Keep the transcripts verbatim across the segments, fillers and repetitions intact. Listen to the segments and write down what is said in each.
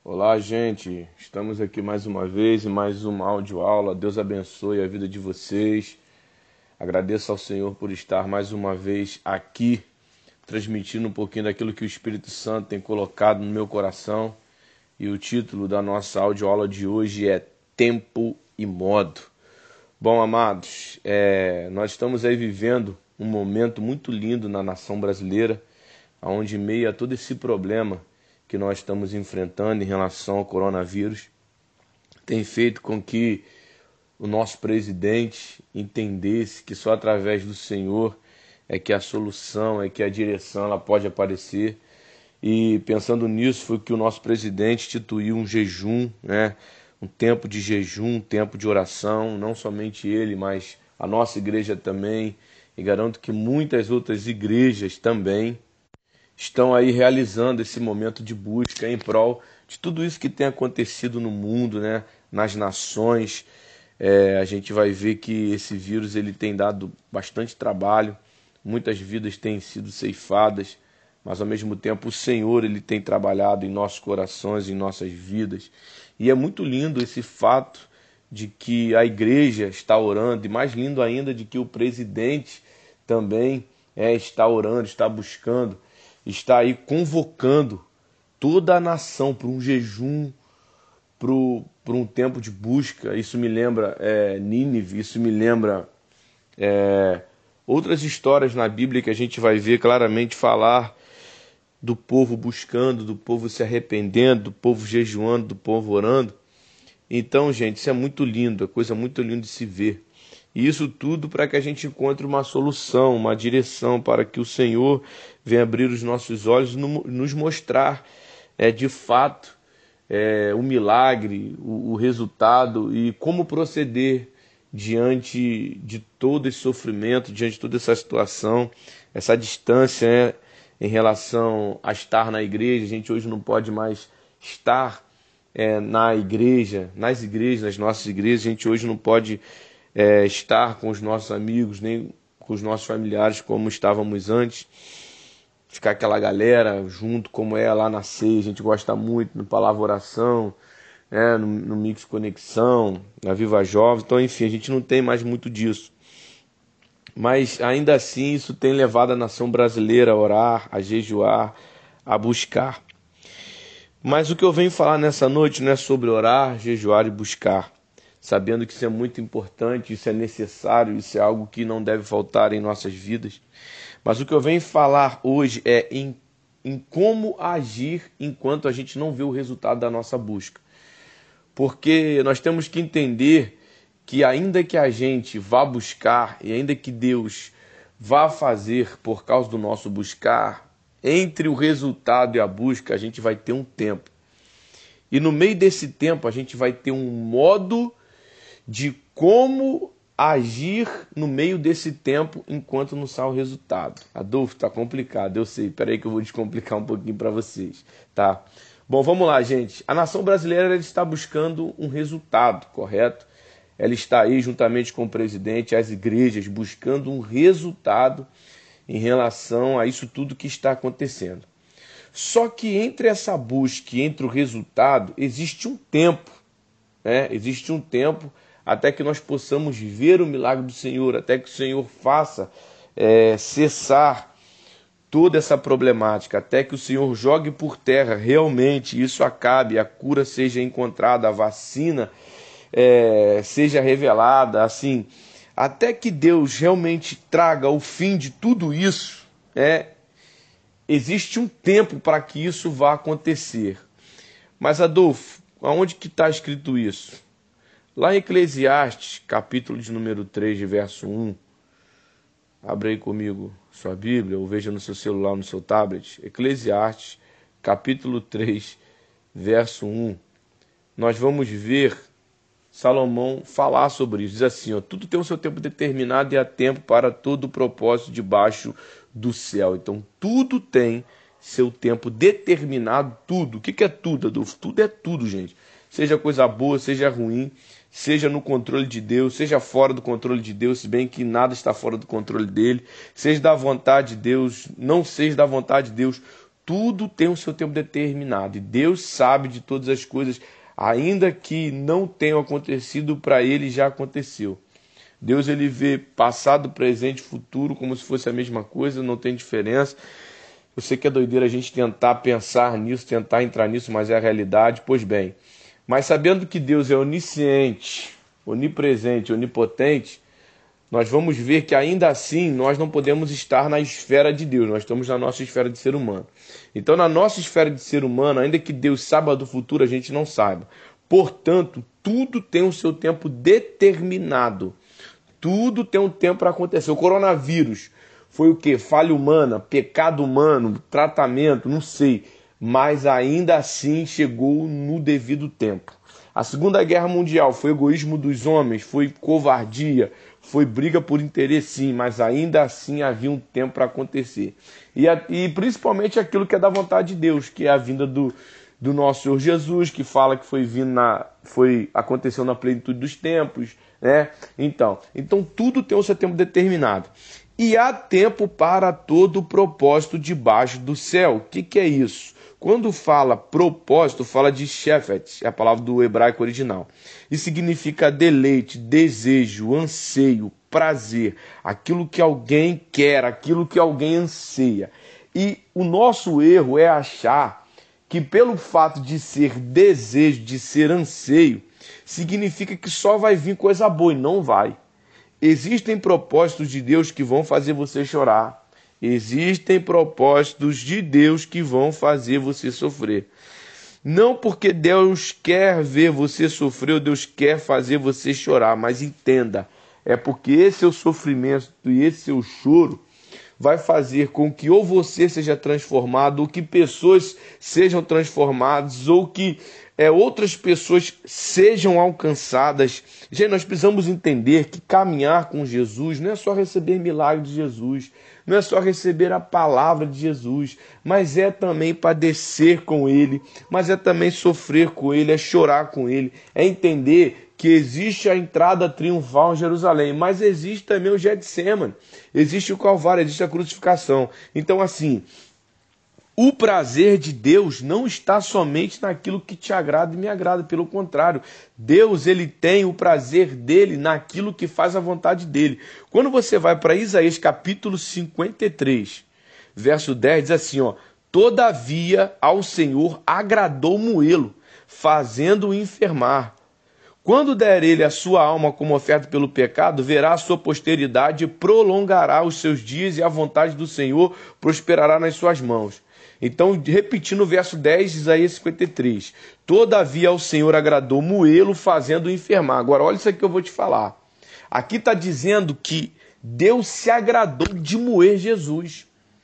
Olá, gente. Estamos aqui mais uma vez em mais uma audioaula. Deus abençoe a vida de vocês. Agradeço ao Senhor por estar mais uma vez aqui, transmitindo um pouquinho daquilo que o Espírito Santo tem colocado no meu coração. E o título da nossa audioaula de hoje é Tempo e Modo. Bom, amados, é, nós estamos aí vivendo um momento muito lindo na nação brasileira, onde, em meio a todo esse problema que nós estamos enfrentando em relação ao coronavírus, tem feito com que o nosso presidente entendesse que só através do Senhor é que a solução, é que a direção ela pode aparecer. E pensando nisso, foi que o nosso presidente instituiu um jejum, né? Um tempo de jejum, um tempo de oração, não somente ele, mas a nossa igreja também, e garanto que muitas outras igrejas também estão aí realizando esse momento de busca em prol de tudo isso que tem acontecido no mundo, né? Nas nações. É, a gente vai ver que esse vírus ele tem dado bastante trabalho, muitas vidas têm sido ceifadas, mas ao mesmo tempo o Senhor ele tem trabalhado em nossos corações, em nossas vidas. E é muito lindo esse fato de que a igreja está orando, e mais lindo ainda de que o presidente também é, está orando, está buscando, está aí convocando toda a nação para um jejum, para um tempo de busca. Isso me lembra é, Nínive, isso me lembra é, outras histórias na Bíblia que a gente vai ver claramente falar do povo buscando, do povo se arrependendo, do povo jejuando, do povo orando. Então, gente, isso é muito lindo, é coisa muito linda de se ver. E isso tudo para que a gente encontre uma solução, uma direção, para que o Senhor venha abrir os nossos olhos e nos mostrar é, de fato é, o milagre, o, o resultado e como proceder diante de todo esse sofrimento, diante de toda essa situação, essa distância, né, em relação a estar na igreja. A gente hoje não pode mais estar é, na igreja, nas igrejas, nas nossas igrejas. A gente hoje não pode é, estar com os nossos amigos, nem com os nossos familiares como estávamos antes. Ficar aquela galera junto como é lá na ceia. A gente gosta muito no Palavra Oração, né, no, no Mix Conexão, na Viva Jovem. Então, enfim, a gente não tem mais muito disso. Mas ainda assim isso tem levado a nação brasileira a orar, a jejuar, a buscar. Mas o que eu venho falar nessa noite não é sobre orar, jejuar e buscar, sabendo que isso é muito importante, isso é necessário, isso é algo que não deve faltar em nossas vidas. Mas o que eu venho falar hoje é em, em como agir enquanto a gente não vê o resultado da nossa busca. Porque nós temos que entender que ainda que a gente vá buscar e ainda que Deus vá fazer por causa do nosso buscar, entre o resultado e a busca a gente vai ter um tempo. E no meio desse tempo a gente vai ter um modo de como agir no meio desse tempo enquanto não sai o resultado. Adolfo, tá complicado, eu sei. Peraí que eu vou descomplicar um pouquinho para vocês, tá? Bom, vamos lá, gente. A nação brasileira ela está buscando um resultado, correto? Ela está aí juntamente com o presidente, as igrejas, buscando um resultado em relação a isso tudo que está acontecendo. Só que entre essa busca e entre o resultado, existe um tempo, né? Existe um tempo até que nós possamos ver o milagre do Senhor, até que o Senhor faça é, cessar toda essa problemática, até que o Senhor jogue por terra realmente, isso acabe, a cura seja encontrada, a vacina É, seja revelada, assim, até que Deus realmente traga o fim de tudo isso, é, existe um tempo para que isso vá acontecer. Mas, Adolfo, aonde que está escrito isso? Lá em Eclesiastes, capítulo de número três, de verso um, abre aí comigo sua Bíblia, ou veja no seu celular, no seu tablet, Eclesiastes, capítulo três, verso um, nós vamos ver Salomão falar sobre isso. Diz assim, ó, tudo tem o seu tempo determinado e há tempo para todo o propósito debaixo do céu. Então tudo tem seu tempo determinado, tudo. O que que é tudo, Adolfo? Tudo é tudo, gente. Seja coisa boa, seja ruim, seja no controle de Deus, seja fora do controle de Deus, se bem que nada está fora do controle dele, seja da vontade de Deus, não seja da vontade de Deus, tudo tem o seu tempo determinado. E Deus sabe de todas as coisas, ainda que não tenham acontecido para ele, já aconteceu. Deus ele vê passado, presente e futuro como se fosse a mesma coisa, não tem diferença. Eu sei que é doideira a gente tentar pensar nisso, tentar entrar nisso, mas é a realidade. Pois bem, mas sabendo que Deus é onisciente, onipresente, onipotente, nós vamos ver que ainda assim nós não podemos estar na esfera de Deus, nós estamos na nossa esfera de ser humano. Então, na nossa esfera de ser humano, ainda que Deus saiba do futuro, a gente não saiba. Portanto, tudo tem o seu tempo determinado. Tudo tem um tempo para acontecer. O coronavírus foi o quê? Falha humana, pecado humano, tratamento, não sei. Mas ainda assim chegou no devido tempo. A Segunda Guerra Mundial foi egoísmo dos homens, foi covardia, foi briga por interesse, sim, mas ainda assim havia um tempo para acontecer. E, a, e principalmente aquilo que é da vontade de Deus, que é a vinda do, do nosso Senhor Jesus, que fala que foi vindo na, foi, aconteceu na plenitude dos tempos, né? Então, então tudo tem o seu tempo determinado. E há tempo para todo o propósito debaixo do céu. O que, que é isso? Quando fala propósito, fala de shephet, é a palavra do hebraico original. E significa deleite, desejo, anseio, prazer, aquilo que alguém quer, aquilo que alguém anseia. E o nosso erro é achar que pelo fato de ser desejo, de ser anseio, significa que só vai vir coisa boa, e não vai. Existem propósitos de Deus que vão fazer você chorar. Existem propósitos de Deus que vão fazer você sofrer. Não porque Deus quer ver você sofrer ou Deus quer fazer você chorar, mas entenda, é porque esse seu sofrimento e esse seu choro vai fazer com que ou você seja transformado, ou que pessoas sejam transformadas, ou que é, outras pessoas sejam alcançadas. Gente, nós precisamos entender que caminhar com Jesus não é só receber milagre de Jesus, não é só receber a palavra de Jesus, mas é também padecer com Ele, mas é também sofrer com Ele, é chorar com Ele, é entender que existe a entrada triunfal em Jerusalém, mas existe também o Getsemane, existe o Calvário, existe a crucificação. Então, assim, o prazer de Deus não está somente naquilo que te agrada e me agrada, pelo contrário, Deus ele tem o prazer dele naquilo que faz a vontade dele. Quando você vai para Isaías capítulo cinquenta e três, verso dez, diz assim, ó, todavia ao Senhor agradou moê-lo, fazendo-o enfermar. Quando der ele a sua alma como oferta pelo pecado, verá a sua posteridade e prolongará os seus dias, e a vontade do Senhor prosperará nas suas mãos. Então, repetindo o verso dez de Isaías cinquenta e três. Todavia ao Senhor agradou moê-lo, fazendo-o enfermar. Agora, olha isso aqui que eu vou te falar. Aqui está dizendo que Deus se agradou de moer Jesus.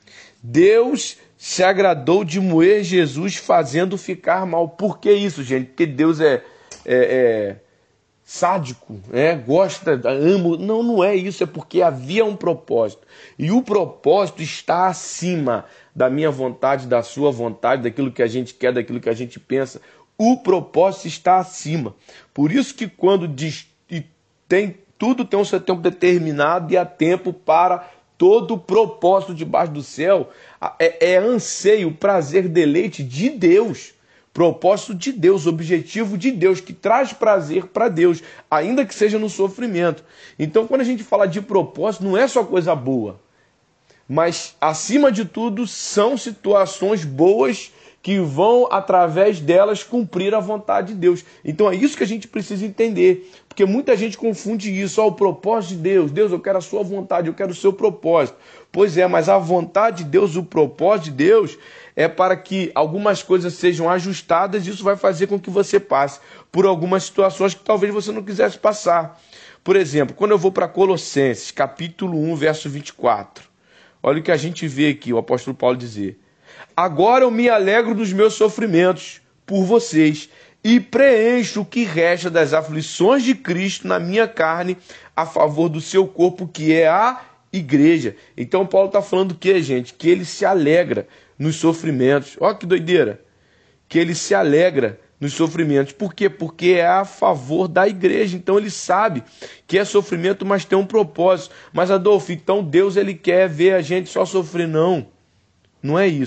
Deus se agradou de moer Jesus, fazendo ficar mal. Por que isso, gente? Porque Deus é... é, é sádico, né? Gosta, ama. Não, não é isso, é porque havia um propósito. E o propósito está acima da minha vontade, da sua vontade, daquilo que a gente quer, daquilo que a gente pensa. O propósito está acima. Por isso que quando diz, e tem, tudo tem o seu tempo determinado e há tempo para todo o propósito debaixo do céu, é, é anseio, prazer, deleite de Deus. Propósito de Deus, objetivo de Deus, que traz prazer para Deus, ainda que seja no sofrimento. Então, quando a gente fala de propósito, não é só coisa boa, mas, acima de tudo, são situações boas que vão, através delas, cumprir a vontade de Deus. Então, é isso que a gente precisa entender, porque muita gente confunde isso, ó, o propósito de Deus. Deus, eu quero a sua vontade, eu quero o seu propósito. Pois é, mas a vontade de Deus, o propósito de Deus, é para que algumas coisas sejam ajustadas, e isso vai fazer com que você passe por algumas situações que talvez você não quisesse passar. Por exemplo, quando eu vou para Colossenses, capítulo um, verso vinte e quatro, olha o que a gente vê aqui, o apóstolo Paulo dizer: agora eu me alegro dos meus sofrimentos por vocês e preencho o que resta das aflições de Cristo na minha carne a favor do seu corpo, que é a igreja. Então Paulo está falando o que, gente? Que ele se alegra nos sofrimentos. Olha que doideira. Que ele se alegra nos sofrimentos. Por quê? Porque é a favor da igreja. Então ele sabe que é sofrimento, mas tem um propósito. Mas, Adolfo, então Deus ele quer ver a gente só sofrer. Não. Não é isso.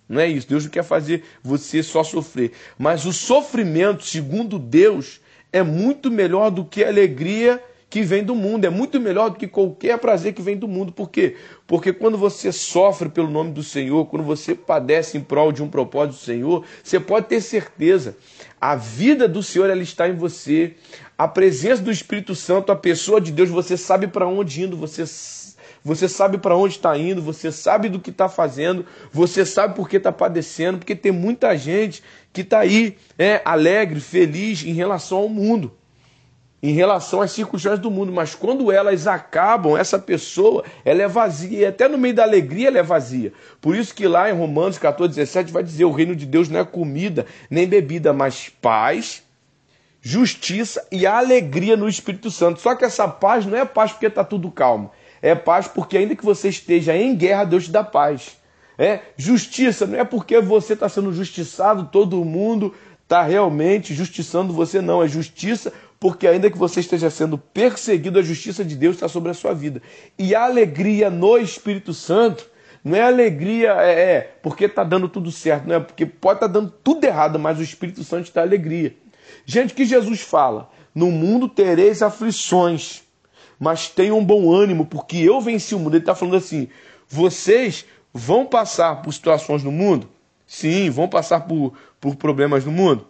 Não é isso. Deus não quer fazer você só sofrer. Mas o sofrimento, segundo Deus, é muito melhor do que a alegria que vem do mundo. É muito melhor do que qualquer prazer que vem do mundo. Por quê? Porque quando você sofre pelo nome do Senhor, quando você padece em prol de um propósito do Senhor, você pode ter certeza. A vida do Senhor, ela está em você. A presença do Espírito Santo, a pessoa de Deus, você sabe para onde indo, você, você sabe para onde está indo, você sabe do que está fazendo, você sabe por que está padecendo, porque tem muita gente que está aí, é, alegre, feliz em relação ao mundo, em relação às circunstâncias do mundo, mas quando elas acabam, essa pessoa, ela é vazia, e até no meio da alegria ela é vazia. Por isso que lá em Romanos catorze, dezessete vai dizer, o reino de Deus não é comida nem bebida, mas paz, justiça e alegria no Espírito Santo. Só que essa paz não é paz porque está tudo calmo, é paz porque ainda que você esteja em guerra, Deus te dá paz. É justiça, não é porque você está sendo justiçado, todo mundo está realmente justiçando você, não, é justiça porque ainda que você esteja sendo perseguido, a justiça de Deus está sobre a sua vida. E a alegria no Espírito Santo não é alegria é, é porque está dando tudo certo, não é porque pode estar tá dando tudo errado, mas o Espírito Santo está alegria. Gente, que Jesus fala, no mundo tereis aflições, mas tenham um bom ânimo, porque eu venci o mundo. Ele está falando assim, vocês vão passar por situações no mundo? Sim. Vão passar por, por problemas no mundo?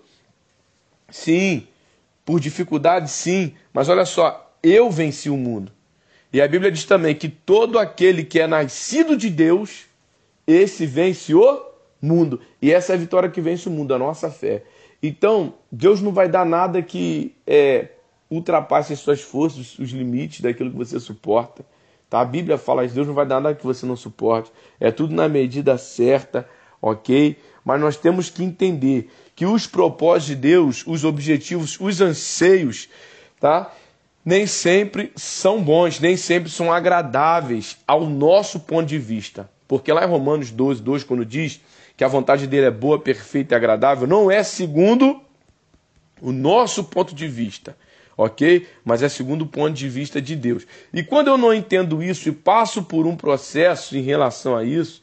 Sim. Por dificuldades, sim, mas olha só, eu venci o mundo. E a Bíblia diz também que todo aquele que é nascido de Deus, esse vence o mundo. E essa é a vitória que vence o mundo, a nossa fé. Então, Deus não vai dar nada que é, ultrapasse as suas forças, os limites daquilo que você suporta. Tá? A Bíblia fala isso, Deus não vai dar nada que você não suporte. É tudo na medida certa, ok? Mas nós temos que entender que os propósitos de Deus, os objetivos, os anseios, tá? Nem sempre são bons, nem sempre são agradáveis ao nosso ponto de vista. Porque lá em Romanos doze, dois, quando diz que a vontade dele é boa, perfeita e agradável, não é segundo o nosso ponto de vista, ok? Mas é segundo o ponto de vista de Deus. E quando eu não entendo isso e passo por um processo em relação a isso,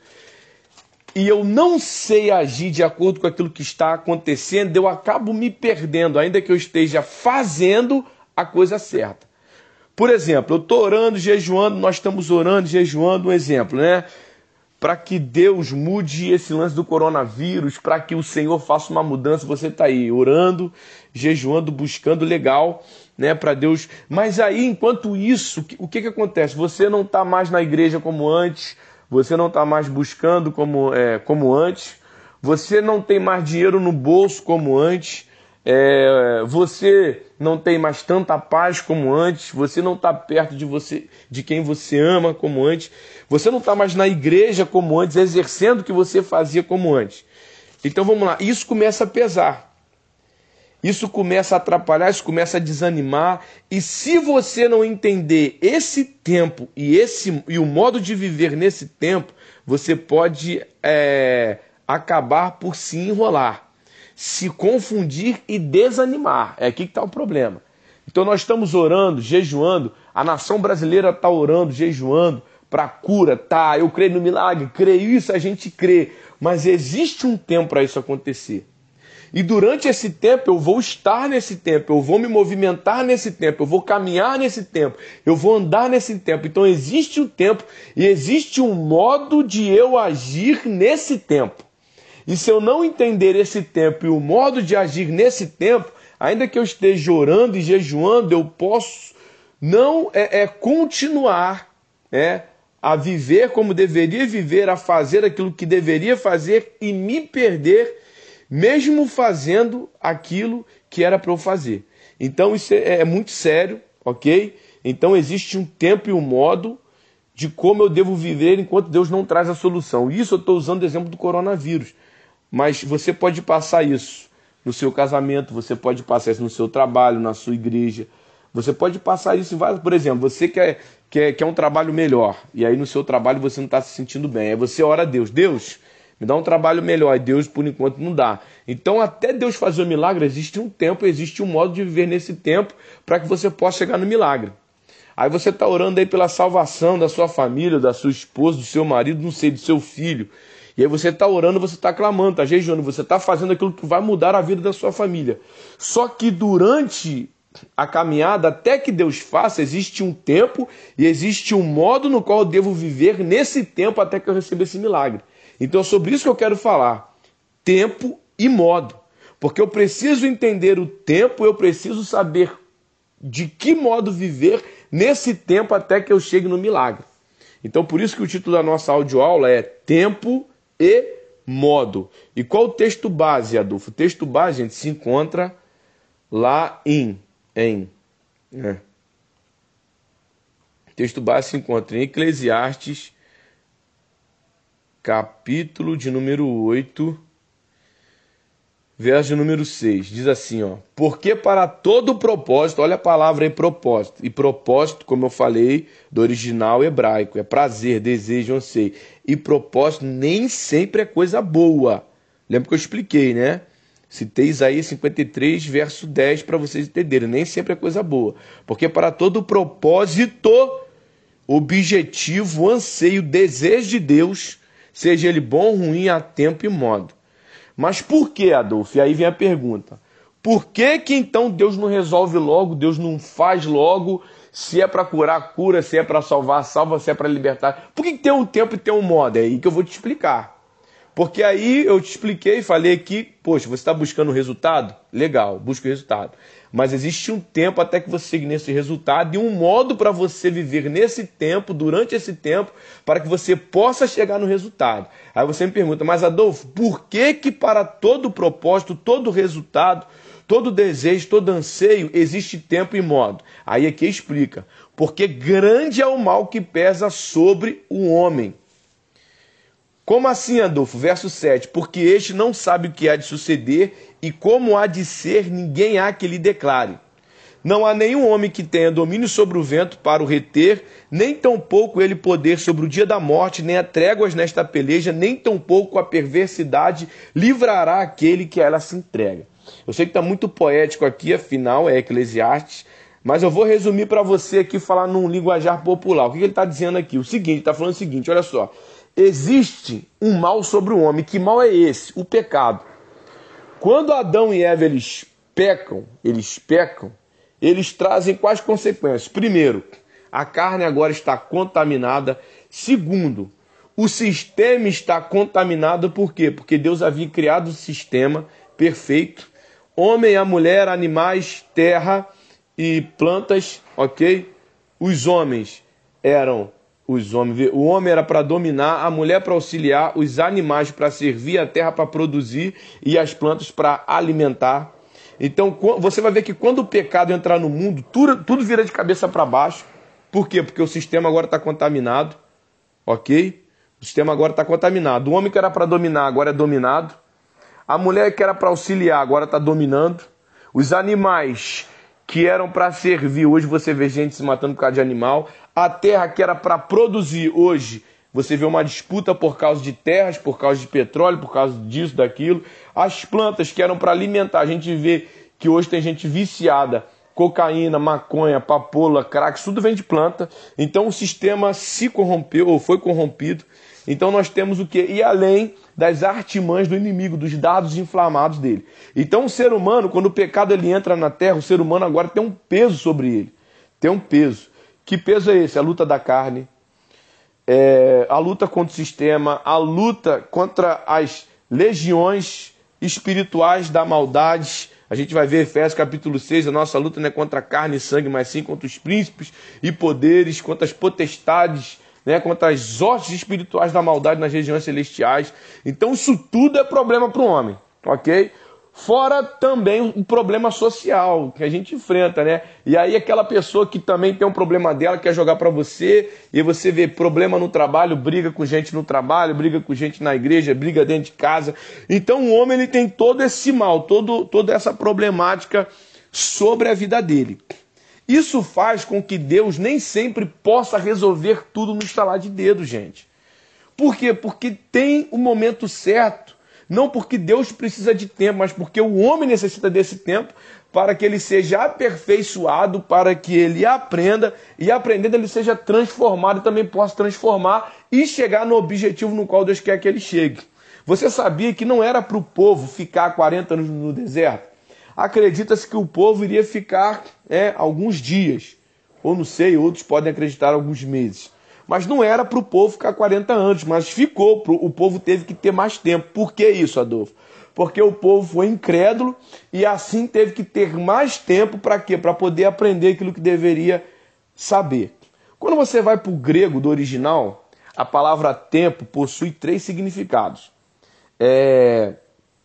e eu não sei agir de acordo com aquilo que está acontecendo, eu acabo me perdendo, ainda que eu esteja fazendo a coisa certa. Por exemplo, eu estou orando, jejuando, nós estamos orando, jejuando, um exemplo, né? Para que Deus mude esse lance do coronavírus, para que o Senhor faça uma mudança, você está aí orando, jejuando, buscando, legal, né? Para Deus. Mas aí, enquanto isso, o que, que acontece? Você não está mais na igreja como antes, você não está mais buscando como, é, como antes, você não tem mais dinheiro no bolso como antes, é, você não tem mais tanta paz como antes, você não está perto de, você, de quem você ama como antes, você não está mais na igreja como antes, exercendo o que você fazia como antes. Então vamos lá, isso começa a pesar. Isso começa a atrapalhar, isso começa a desanimar. E se você não entender esse tempo e, esse, e o modo de viver nesse tempo, você pode é, acabar por se enrolar, se confundir e desanimar. É aqui que está o problema. Então nós estamos orando, jejuando, a nação brasileira está orando, jejuando para cura. Tá, eu creio no milagre, creio isso, a gente crê. Mas existe um tempo para isso acontecer. E durante esse tempo eu vou estar nesse tempo, eu vou me movimentar nesse tempo, eu vou caminhar nesse tempo, eu vou andar nesse tempo. Então existe um tempo e existe um modo de eu agir nesse tempo. E se eu não entender esse tempo e o modo de agir nesse tempo, ainda que eu esteja orando e jejuando, eu posso não é, é, continuar é, a viver como deveria viver, a fazer aquilo que deveria fazer e me perder mesmo fazendo aquilo que era para eu fazer. Então isso é, é muito sério, ok? Então existe um tempo e um modo de como eu devo viver enquanto Deus não traz a solução. Isso eu estou usando o exemplo do coronavírus. Mas você pode passar isso no seu casamento, você pode passar isso no seu trabalho, na sua igreja. Você pode passar isso em vários... Por exemplo, você quer, quer, quer um trabalho melhor, e aí no seu trabalho você não está se sentindo bem. Aí você ora a Deus, Deus... me dá um trabalho melhor, e Deus por enquanto não dá. Então até Deus fazer o milagre, existe um tempo, existe um modo de viver nesse tempo para que você possa chegar no milagre. Aí você está orando aí pela salvação da sua família, da sua esposa, do seu marido, não sei, do seu filho. E aí você está orando, você está clamando, está jejuando, você está fazendo aquilo que vai mudar a vida da sua família. Só que durante a caminhada, até que Deus faça, existe um tempo e existe um modo no qual eu devo viver nesse tempo até que eu receba esse milagre. Então é sobre isso que eu quero falar. Tempo e modo. Porque eu preciso entender o tempo, eu preciso saber de que modo viver nesse tempo até que eu chegue no milagre. Então por isso que o título da nossa audioaula é Tempo e Modo. E qual o texto base, Adolfo? O texto base, gente, se encontra lá em... em né? O texto base se encontra em Eclesiastes, capítulo de número oito, verso de número seis. Diz assim, ó: porque para todo propósito, olha a palavra aí, propósito. E propósito, como eu falei, do original hebraico, é prazer, desejo, anseio. E propósito nem sempre é coisa boa. Lembra que eu expliquei, né? Citei Isaías cinquenta e três, verso dez, para vocês entenderem. Nem sempre é coisa boa. Porque para todo propósito, objetivo, anseio, desejo de Deus, seja ele bom, ruim, a tempo e modo. Mas por que, Adolfo? E aí vem a pergunta. Por que que então Deus não resolve logo, Deus não faz logo, se é para curar, cura, se é para salvar, salva, se é para libertar? Por que que tem um tempo e tem um modo? É aí que eu vou te explicar. Porque aí eu te expliquei, falei que, poxa, você está buscando resultado? Legal, busca o resultado. Mas existe um tempo até que você chegue nesse resultado e um modo para você viver nesse tempo, durante esse tempo, para que você possa chegar no resultado. Aí você me pergunta, mas Adolfo, por que que para todo propósito, todo resultado, todo desejo, todo anseio, existe tempo e modo? Aí aqui explica. Porque grande é o mal que pesa sobre o homem. Como assim, Adolfo? Verso sete. Porque este não sabe o que há de suceder e como há de ser, ninguém há que lhe declare. Não há nenhum homem que tenha domínio sobre o vento para o reter, nem tampouco ele poder sobre o dia da morte, nem há tréguas nesta peleja, nem tampouco a perversidade livrará aquele que a ela se entrega. Eu sei que está muito poético aqui, afinal é Eclesiastes, mas eu vou resumir para você aqui, falar num linguajar popular. O que ele está dizendo aqui? O seguinte, está falando o seguinte, olha só. Existe um mal sobre o homem. Que mal é esse? O pecado. Quando Adão e Eva eles pecam, eles pecam, eles trazem quais consequências? Primeiro, a carne agora está contaminada. Segundo, o sistema está contaminado. Por quê? Porque Deus havia criado um sistema perfeito. Homem, a mulher, animais, terra e plantas, ok? Os homens eram... Os homens, o homem era para dominar, a mulher para auxiliar, os animais para servir, a terra para produzir e as plantas para alimentar. Então você vai ver que quando o pecado entrar no mundo, tudo, tudo vira de cabeça para baixo. Por quê? Porque o sistema agora está contaminado, ok? O sistema agora está contaminado. O homem que era para dominar agora é dominado. A mulher que era para auxiliar agora está dominando. Os animais que eram para servir, hoje você vê gente se matando por causa de animal. A terra que era para produzir, hoje você vê uma disputa por causa de terras, por causa de petróleo, por causa disso, daquilo. As plantas que eram para alimentar, a gente vê que hoje tem gente viciada, cocaína, maconha, papoula, crack, tudo vem de planta. Então o sistema se corrompeu, ou foi corrompido. Então nós temos o quê? E além das artimanhas do inimigo, dos dardos inflamados dele. Então o ser humano, quando o pecado ele entra na terra, o ser humano agora tem um peso sobre ele. Tem um peso. Que peso é esse? A luta da carne, é, a luta contra o sistema, a luta contra as legiões espirituais da maldade. A gente vai ver Efésios capítulo seis, a nossa luta não é contra carne e sangue, mas sim contra os príncipes e poderes, contra as potestades, né, contra as hostes espirituais da maldade nas regiões celestiais. Então isso tudo é problema para o homem, ok? Fora também o problema social que a gente enfrenta, né? E aí aquela pessoa que também tem um problema dela, quer jogar para você, e você vê problema no trabalho, briga com gente no trabalho, briga com gente na igreja, briga dentro de casa. Então o homem ele tem todo esse mal, todo, toda essa problemática sobre a vida dele. Isso faz com que Deus nem sempre possa resolver tudo no estalar de dedo, gente. Por quê? Porque tem o momento certo. Não porque Deus precisa de tempo, mas porque o homem necessita desse tempo para que ele seja aperfeiçoado, para que ele aprenda, e aprendendo ele seja transformado e também possa transformar e chegar no objetivo no qual Deus quer que ele chegue. Você sabia que não era para o povo ficar quarenta anos no deserto? Acredita-se que o povo iria ficar é, alguns dias, ou não sei, outros podem acreditar alguns meses. Mas não era para o povo ficar quarenta anos, mas ficou, o povo teve que ter mais tempo. Por que isso, Adolfo? Porque o povo foi incrédulo e assim teve que ter mais tempo para quê? Para poder aprender aquilo que deveria saber. Quando você vai para o grego do original, a palavra tempo possui três significados. É...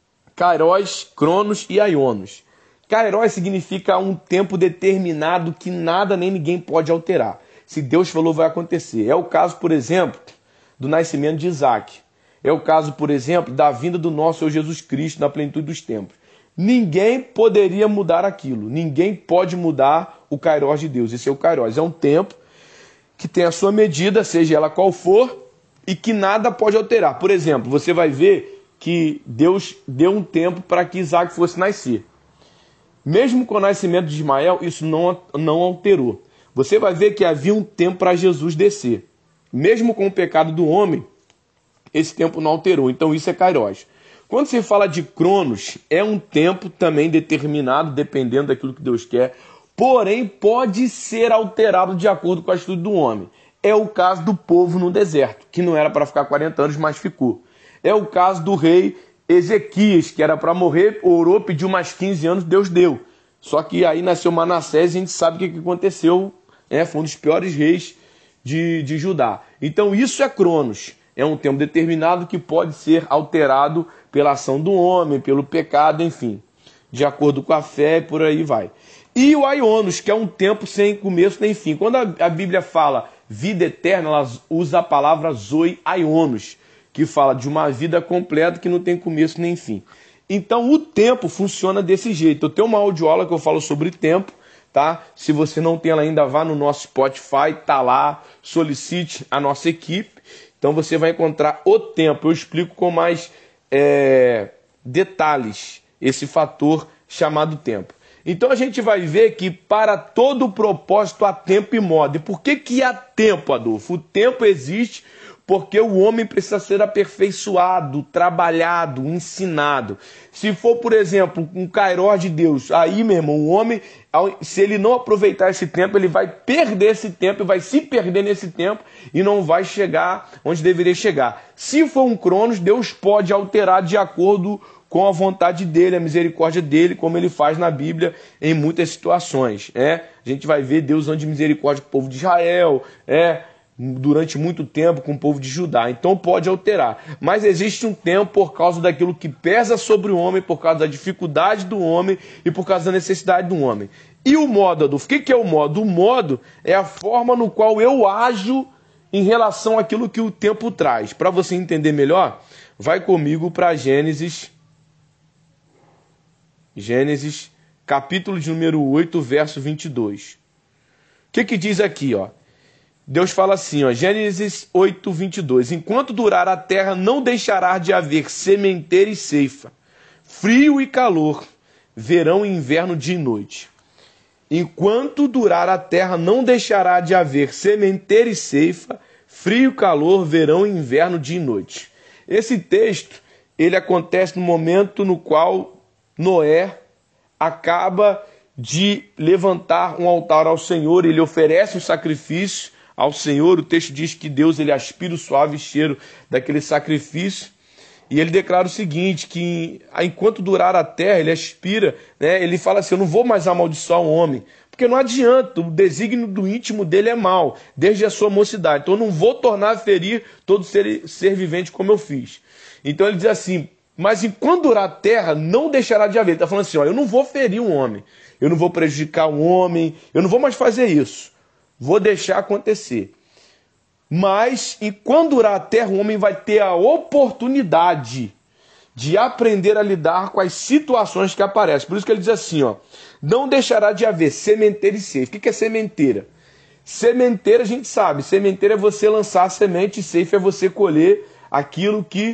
Kairos, Cronos e Aionos. Kairos significa um tempo determinado que nada nem ninguém pode alterar. Se Deus falou, vai acontecer. É o caso, por exemplo, do nascimento de Isaac. É o caso, por exemplo, da vinda do nosso Senhor Jesus Cristo na plenitude dos tempos. Ninguém poderia mudar aquilo. Ninguém pode mudar o Kairos de Deus. Esse é o Kairos. É um tempo que tem a sua medida, seja ela qual for, e que nada pode alterar. Por exemplo, você vai ver que Deus deu um tempo para que Isaac fosse nascer. Mesmo com o nascimento de Ismael, isso não, não alterou. Você vai ver que havia um tempo para Jesus descer. Mesmo com o pecado do homem, esse tempo não alterou. Então isso é Kairos. Quando se fala de Cronos, é um tempo também determinado, dependendo daquilo que Deus quer, porém pode ser alterado de acordo com a atitude do homem. É o caso do povo no deserto, que não era para ficar quarenta anos, mas ficou. É o caso do rei Ezequias, que era para morrer, orou, pediu mais quinze anos, Deus deu. Só que aí nasceu Manassés e a gente sabe o que aconteceu. É, foi um dos piores reis de, de Judá. Então isso é Cronos. É um tempo determinado que pode ser alterado pela ação do homem, pelo pecado, enfim. De acordo com a fé e por aí vai. E o Aionos, que é um tempo sem começo nem fim. Quando a, a Bíblia fala vida eterna, ela usa a palavra zoe aionos, que fala de uma vida completa que não tem começo nem fim. Então o tempo funciona desse jeito. Eu tenho uma audioaula que eu falo sobre tempo, tá? Se você não tem ela ainda, vá no nosso Spotify, tá lá, solicite a nossa equipe. Então você vai encontrar o tempo. Eu explico com mais é, detalhes esse fator chamado tempo. Então a gente vai ver que para todo propósito há tempo e modo. E por que que há tempo, Adolfo? O tempo existe porque o homem precisa ser aperfeiçoado, trabalhado, ensinado. Se for, por exemplo, um Kairos de Deus, aí, meu irmão, o homem, se ele não aproveitar esse tempo, ele vai perder esse tempo, vai se perder nesse tempo e não vai chegar onde deveria chegar. Se for um Cronos, Deus pode alterar de acordo com a vontade dele, a misericórdia dele, como ele faz na Bíblia em muitas situações. É? A gente vai ver Deus usando de misericórdia com o povo de Israel, é... durante muito tempo com o povo de Judá. Então pode alterar. Mas existe um tempo por causa daquilo que pesa sobre o homem, por causa da dificuldade do homem e por causa da necessidade do homem. E o modo, Adolfo? O que é o modo? O modo é a forma no qual eu ajo em relação àquilo que o tempo traz. Para você entender melhor, vai comigo para Gênesis, Gênesis, capítulo de número oito, verso vinte e dois. O que que diz aqui, ó? Deus fala assim, ó, Gênesis oito, vinte e dois. Enquanto durar a terra, não deixará de haver sementeira e ceifa, frio e calor, verão e inverno, dia e noite. Enquanto durar a terra, não deixará de haver sementeira e ceifa, frio e calor, verão e inverno, dia e noite. Esse texto, ele acontece no momento no qual Noé acaba de levantar um altar ao Senhor, ele oferece o sacrifício ao Senhor. O texto diz que Deus ele aspira o suave cheiro daquele sacrifício e ele declara o seguinte, que enquanto durar a terra, ele aspira, né, ele fala assim, eu não vou mais amaldiçoar o homem, porque não adianta, o desígnio do íntimo dele é mau, desde a sua mocidade, então eu não vou tornar a ferir todo ser, ser vivente como eu fiz. Então ele diz assim, mas enquanto durar a terra, não deixará de haver. Ele está falando assim, ó, eu não vou ferir um homem, eu não vou prejudicar um homem, eu não vou mais fazer isso. Vou deixar acontecer. Mas, enquanto durar a terra, o homem vai ter a oportunidade de aprender a lidar com as situações que aparecem. Por isso que ele diz assim, ó, não deixará de haver sementeira e ceifa. O que é sementeira? Sementeira a gente sabe, sementeira é você lançar a semente e ceifa é você colher aquilo que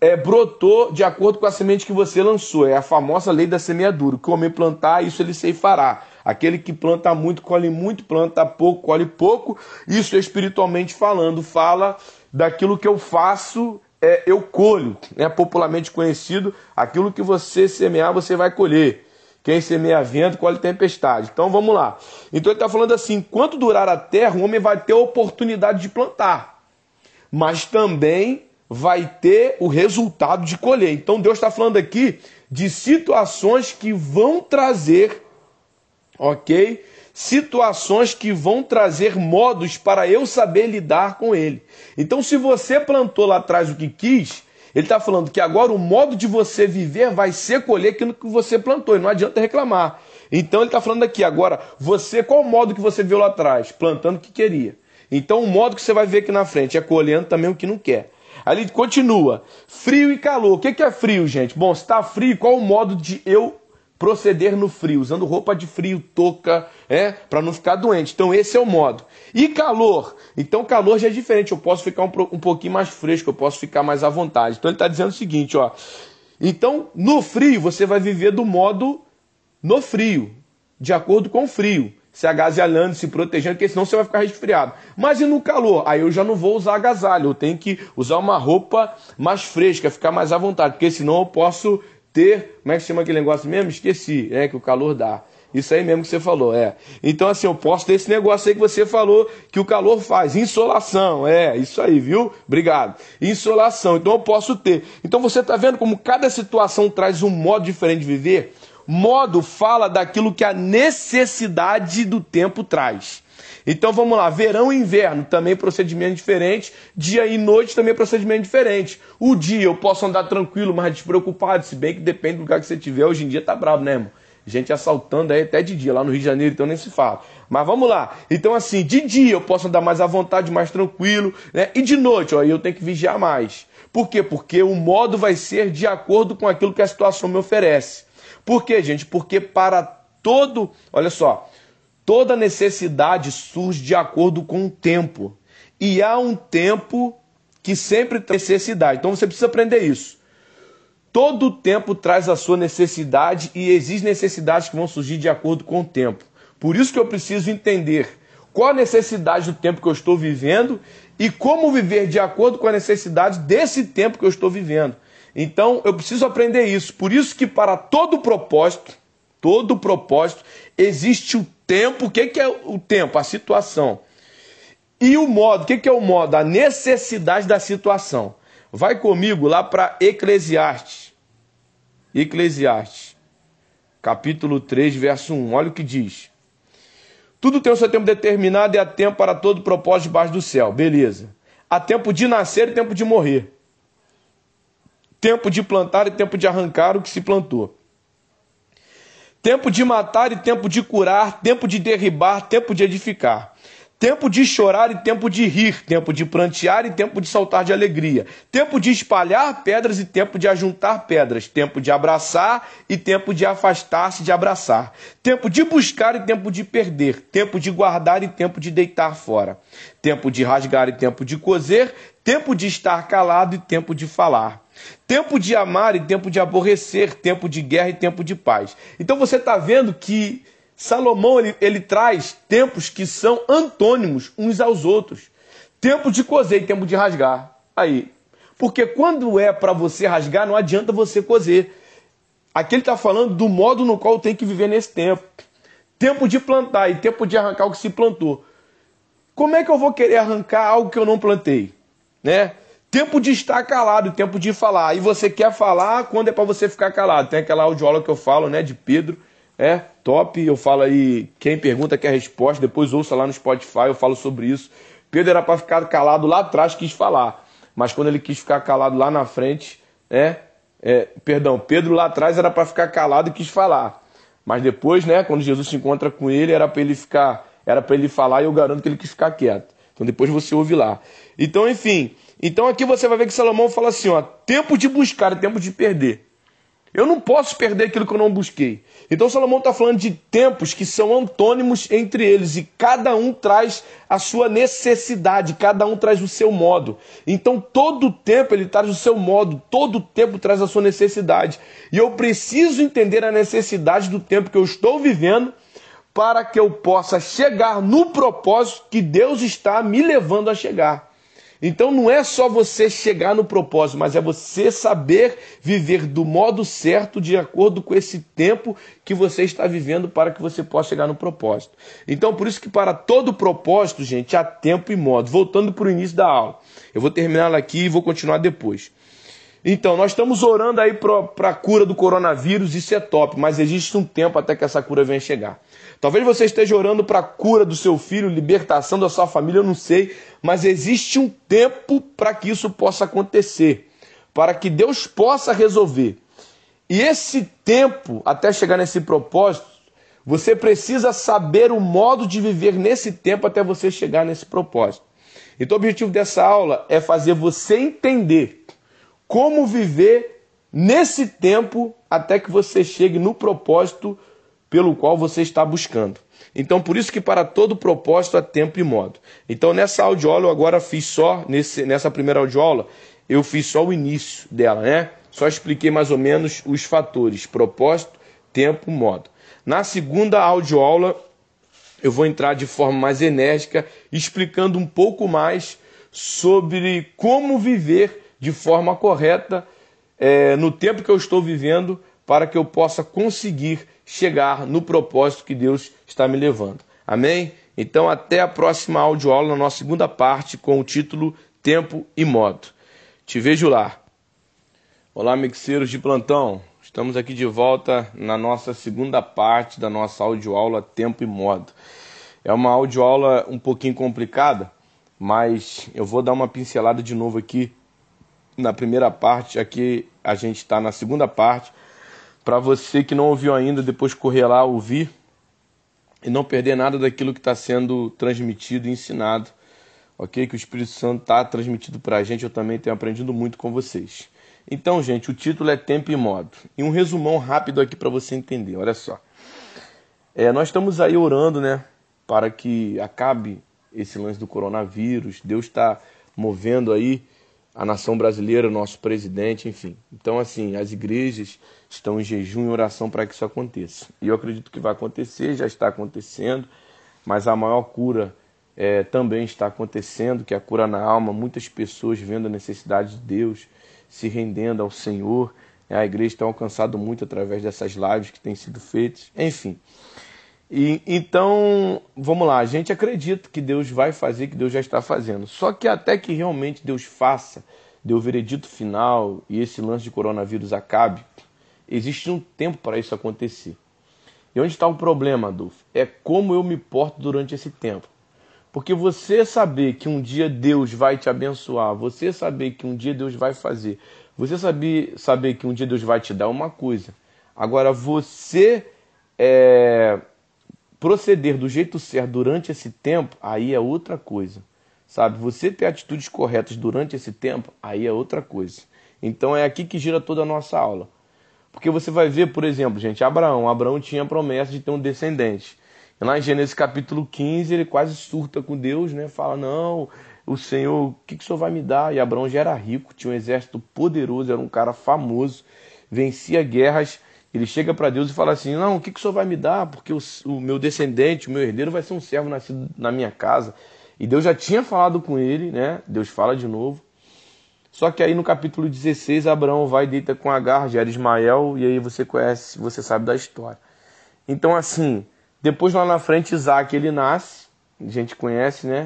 é, brotou de acordo com a semente que você lançou. É a famosa lei da semeadura. O que o homem plantar, isso ele ceifará. Aquele que planta muito, colhe muito, planta pouco, colhe pouco. Isso espiritualmente falando, fala daquilo que eu faço, é, eu colho. É popularmente conhecido, aquilo que você semear, você vai colher. Quem semeia vento, colhe tempestade. Então vamos lá. Então ele está falando assim, enquanto durar a terra, o homem vai ter a oportunidade de plantar. Mas também vai ter o resultado de colher. Então Deus está falando aqui de situações que vão trazer, ok? Situações que vão trazer modos para eu saber lidar com ele. Então se você plantou lá atrás o que quis, ele está falando que agora o modo de você viver vai ser colher aquilo que você plantou. E não adianta reclamar. Então ele está falando aqui agora, você, qual o modo que você viu lá atrás? Plantando o que queria. Então o modo que você vai ver aqui na frente é colhendo também o que não quer. Aí ele continua, frio e calor. O que é frio, gente? Bom, se está frio, qual o modo de eu proceder no frio? Usando roupa de frio, touca, é, para não ficar doente. Então esse é o modo. E calor? Então calor já é diferente, eu posso ficar um, um pouquinho mais fresco, eu posso ficar mais à vontade. Então ele está dizendo o seguinte, ó. Então no frio você vai viver do modo no frio, de acordo com o frio. Se agasalhando, se protegendo, porque senão você vai ficar resfriado. Mas e no calor? Aí eu já não vou usar agasalho, eu tenho que usar uma roupa mais fresca, ficar mais à vontade, porque senão eu posso ter, como é que chama aquele negócio mesmo? Esqueci, é que o calor dá. Isso aí mesmo que você falou, é. Então assim, eu posso ter esse negócio aí que você falou, que o calor faz, insolação, é, isso aí, viu? Obrigado. Insolação, então eu posso ter. Então você está vendo como cada situação traz um modo diferente de viver? Modo fala daquilo que a necessidade do tempo traz. Então vamos lá, verão e inverno também procedimento diferente, dia e noite também procedimento diferente. O dia eu posso andar tranquilo, mas despreocupado, se bem que depende do lugar que você tiver. Hoje em dia tá bravo, né, irmão? Gente assaltando aí até de dia, lá no Rio de Janeiro, então nem se fala. Mas vamos lá, então assim, de dia eu posso andar mais à vontade, mais tranquilo, né? E de noite, ó, eu tenho que vigiar mais. Por quê? Porque o modo vai ser de acordo com aquilo que a situação me oferece. Por quê, gente? Porque para todo, olha só, toda necessidade surge de acordo com o tempo. E há um tempo que sempre tem necessidade. Então você precisa aprender isso. Todo tempo traz a sua necessidade e existem necessidades que vão surgir de acordo com o tempo. Por isso que eu preciso entender qual a necessidade do tempo que eu estou vivendo e como viver de acordo com a necessidade desse tempo que eu estou vivendo. Então, eu preciso aprender isso. Por isso que para todo propósito, todo propósito, existe o tempo. O que é o tempo? A situação. E o modo. O que é o modo? A necessidade da situação. Vai comigo lá para Eclesiastes. Eclesiastes, capítulo três, verso um. Olha o que diz. Tudo tem o seu tempo determinado e há tempo para todo propósito debaixo do céu. Beleza. Há tempo de nascer e tempo de morrer. Tempo de plantar e tempo de arrancar o que se plantou. Tempo de matar e tempo de curar, tempo de derribar, tempo de edificar. Tempo de chorar e tempo de rir, tempo de prantear e tempo de saltar de alegria. Tempo de espalhar pedras e tempo de ajuntar pedras. Tempo de abraçar e tempo de afastar-se de abraçar. Tempo de buscar e tempo de perder. Tempo de guardar e tempo de deitar fora. Tempo de rasgar e tempo de coser. Tempo de estar calado e tempo de falar. Tempo de amar e tempo de aborrecer, tempo de guerra e tempo de paz. Então você está vendo que Salomão ele, ele traz tempos que são antônimos uns aos outros. Tempo de coser e tempo de rasgar. Aí, porque quando é para você rasgar, não adianta você coser. Aqui ele está falando do modo no qual tem que viver nesse tempo. Tempo de plantar e tempo de arrancar o que se plantou. Como é que eu vou querer arrancar algo que eu não plantei? Né? Tempo de estar calado, tempo de falar. Aí você quer falar quando é para você ficar calado. Tem aquela audioaula que eu falo, né, de Pedro. É, top. Eu falo aí, quem pergunta quer resposta. Depois ouça lá no Spotify, eu falo sobre isso. Pedro era para ficar calado lá atrás, quis falar. Mas quando ele quis ficar calado lá na frente, é, é perdão, Pedro lá atrás era para ficar calado e quis falar. Mas depois, né, quando Jesus se encontra com ele, era para ele ficar, era para ele falar e eu garanto que ele quis ficar quieto. Então depois você ouve lá. Então, enfim... Então aqui você vai ver que Salomão fala assim, ó, tempo de buscar e tempo de perder. Eu não posso perder aquilo que eu não busquei. Então Salomão está falando de tempos que são antônimos entre eles e cada um traz a sua necessidade, cada um traz o seu modo. Então todo tempo ele traz o seu modo, todo tempo traz a sua necessidade. E eu preciso entender a necessidade do tempo que eu estou vivendo para que eu possa chegar no propósito que Deus está me levando a chegar. Então não é só você chegar no propósito, mas é você saber viver do modo certo, de acordo com esse tempo que você está vivendo para que você possa chegar no propósito. Então por isso que para todo propósito, gente, há tempo e modo. Voltando para o início da aula. Eu vou terminar ela aqui e vou continuar depois. Então, nós estamos orando aí para a cura do coronavírus, isso é top, mas existe um tempo até que essa cura venha chegar. Talvez você esteja orando para a cura do seu filho, libertação da sua família, eu não sei, mas existe um tempo para que isso possa acontecer, para que Deus possa resolver. E esse tempo, até chegar nesse propósito, você precisa saber o modo de viver nesse tempo até você chegar nesse propósito. Então, o objetivo dessa aula é fazer você entender como viver nesse tempo até que você chegue no propósito pelo qual você está buscando. Então, por isso que para todo propósito há tempo e modo. Então, nessa audioaula eu agora fiz só, nesse, nessa primeira audioaula, eu fiz só o início dela, né? Só expliquei mais ou menos os fatores, propósito, tempo, modo. Na segunda audioaula, eu vou entrar de forma mais enérgica, explicando um pouco mais sobre como viver de forma correta é, no tempo que eu estou vivendo para que eu possa conseguir chegar no propósito que Deus está me levando. Amém? Então até a próxima audioaula na nossa segunda parte com o título Tempo e Modo. Te vejo lá. Olá, mixeiros de plantão. Estamos aqui de volta na nossa segunda parte da nossa audioaula Tempo e Modo. É uma audioaula um pouquinho complicada, mas eu vou dar uma pincelada de novo aqui na primeira parte. Aqui a gente está na segunda parte. Para você que não ouviu ainda, depois correr lá, ouvir e não perder nada daquilo que está sendo transmitido e ensinado. Ok? Que o Espírito Santo está transmitido para a gente. Eu também tenho aprendido muito com vocês. Então, gente, o título é Tempo e Modo. E um resumão rápido aqui para você entender. Olha só. É, nós estamos aí orando, né? Para que acabe esse lance do coronavírus. Deus está movendo aí a nação brasileira, nosso presidente, enfim. Então, assim, as igrejas estão em jejum e oração para que isso aconteça. E eu acredito que vai acontecer, já está acontecendo, mas a maior cura é, também está acontecendo, que é a cura na alma. Muitas pessoas vendo a necessidade de Deus, se rendendo ao Senhor. A igreja tem alcançado muito através dessas lives que têm sido feitas. Enfim. E, então, vamos lá, a gente acredita que Deus vai fazer, que Deus já está fazendo. Só que até que realmente Deus faça, dê o veredito final e esse lance de coronavírus acabe, existe um tempo para isso acontecer. E onde está o problema, Adolfo? É como eu me porto durante esse tempo. Porque você saber que um dia Deus vai te abençoar, você saber que um dia Deus vai fazer, você saber, saber que um dia Deus vai te dar uma coisa. Agora, você é, proceder do jeito certo durante esse tempo, aí é outra coisa. Sabe? Você ter atitudes corretas durante esse tempo, aí é outra coisa. Então é aqui que gira toda a nossa aula. Porque você vai ver, por exemplo, gente, Abraão. Abraão tinha a promessa de ter um descendente. E lá em Gênesis capítulo quinze, ele quase surta com Deus, né? Fala, não, o Senhor, o que, que o Senhor vai me dar? E Abraão já era rico, tinha um exército poderoso, era um cara famoso, vencia guerras. Ele chega para Deus e fala assim, não, o que, que o Senhor vai me dar? Porque o, o meu descendente, o meu herdeiro vai ser um servo nascido na minha casa. E Deus já tinha falado com ele, né? Deus fala de novo. Só que aí no capítulo dezesseis, Abraão vai e deita com Agar, gera Ismael, e aí você conhece, você sabe da história. Então assim, depois lá na frente Isaac ele nasce, a gente conhece, né?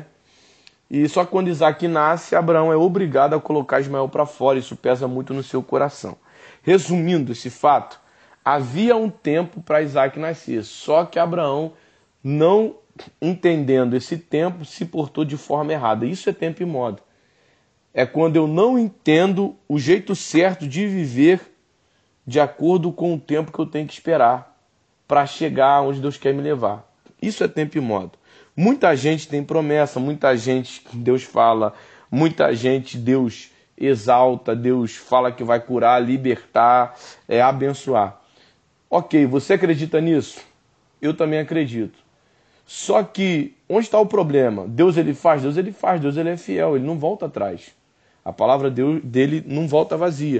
E só que quando Isaac nasce, Abraão é obrigado a colocar Ismael para fora, isso pesa muito no seu coração. Resumindo esse fato, havia um tempo para Isaac nascer, só que Abraão, não entendendo esse tempo, se portou de forma errada. Isso é tempo e modo. É quando eu não entendo o jeito certo de viver de acordo com o tempo que eu tenho que esperar para chegar onde Deus quer me levar. Isso é tempo e modo. Muita gente tem promessa, muita gente Deus fala, muita gente Deus exalta, Deus fala que vai curar, libertar, é, abençoar. Ok, você acredita nisso? Eu também acredito. Só que, onde está o problema? Deus ele faz, Deus ele faz, Deus ele é fiel, ele não volta atrás. A palavra Deus, dele não volta vazia.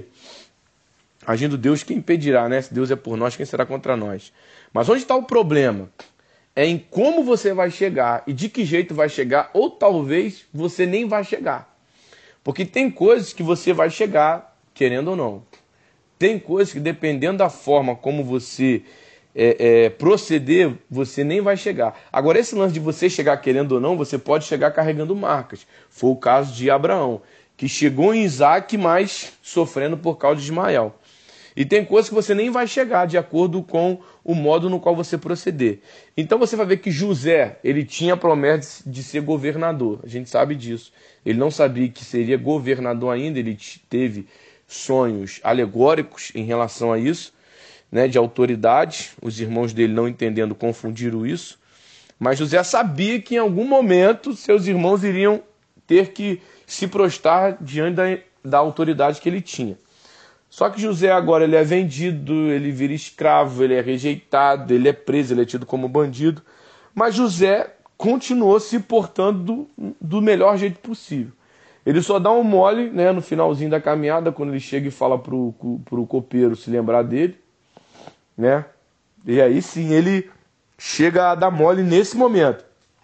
Agindo Deus, quem impedirá, né? Se Deus é por nós, quem será contra nós? Mas onde está o problema? É em como você vai chegar e de que jeito vai chegar, ou talvez você nem vai chegar. Porque tem coisas que você vai chegar, querendo ou não. Tem coisas que, dependendo da forma como você é, é, proceder, você nem vai chegar. Agora, esse lance de você chegar querendo ou não, você pode chegar carregando marcas. Foi o caso de Abraão, que chegou em Isaac, mas sofrendo por causa de Ismael. E tem coisas que você nem vai chegar de acordo com o modo no qual você proceder. Então você vai ver que José, ele tinha a promessa de ser governador. A gente sabe disso. Ele não sabia que seria governador ainda, ele teve sonhos alegóricos em relação a isso, né, de autoridade. Os irmãos dele, não entendendo, confundiram isso. Mas José sabia que em algum momento seus irmãos iriam ter que se prostrar diante da, da autoridade que ele tinha. Só que José agora ele é vendido, ele vira escravo, ele é rejeitado, ele é preso, ele é tido como bandido. Mas José continuou se portando do, do melhor jeito possível. Ele só dá um mole, né, no finalzinho da caminhada, quando ele chega e fala para o copeiro se lembrar dele. Né? E aí sim ele chega a dar mole nesse momento.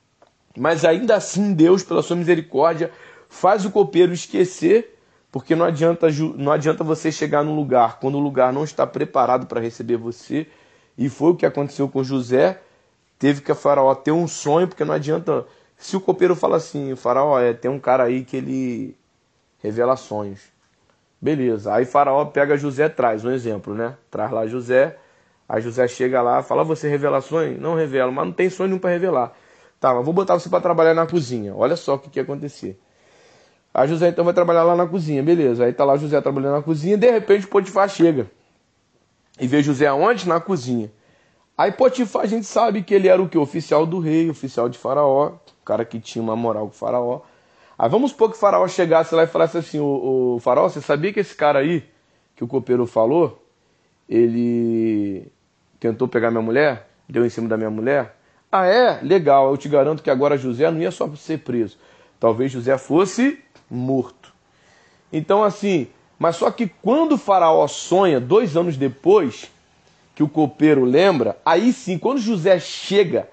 Mas ainda assim Deus, pela sua misericórdia, faz o copeiro esquecer. Porque não adianta, não adianta você chegar num lugar quando o lugar não está preparado para receber você. E foi o que aconteceu com José. Teve que a Faraó ter um sonho, porque não adianta... Se o copeiro fala assim, Faraó, é, tem um cara aí que ele revela sonhos. Beleza, aí Faraó pega José, traz um exemplo, né? Traz lá José, aí José chega lá, fala, você revela sonho? Não revela, mas não tem sonho nenhum para revelar. Tá, mas vou botar você para trabalhar na cozinha. Olha só o que, que ia acontecer. Aí José então vai trabalhar lá na cozinha, beleza. Aí tá lá José trabalhando na cozinha, e de repente Potifar chega. E vê José aonde? Na cozinha. Aí Potifar, a gente sabe que ele era o quê? Oficial do rei, oficial de Faraó, o cara que tinha uma moral com Faraó. Aí vamos supor que Faraó chegasse lá e falasse assim, o, o Faraó, você sabia que esse cara aí, que o copeiro falou, ele tentou pegar minha mulher, deu em cima da minha mulher? Ah é? Legal, eu te garanto que agora José não ia só ser preso. Talvez José fosse morto. Então assim, mas só que quando o Faraó sonha, dois anos depois, que o copeiro lembra, aí sim, quando José chega,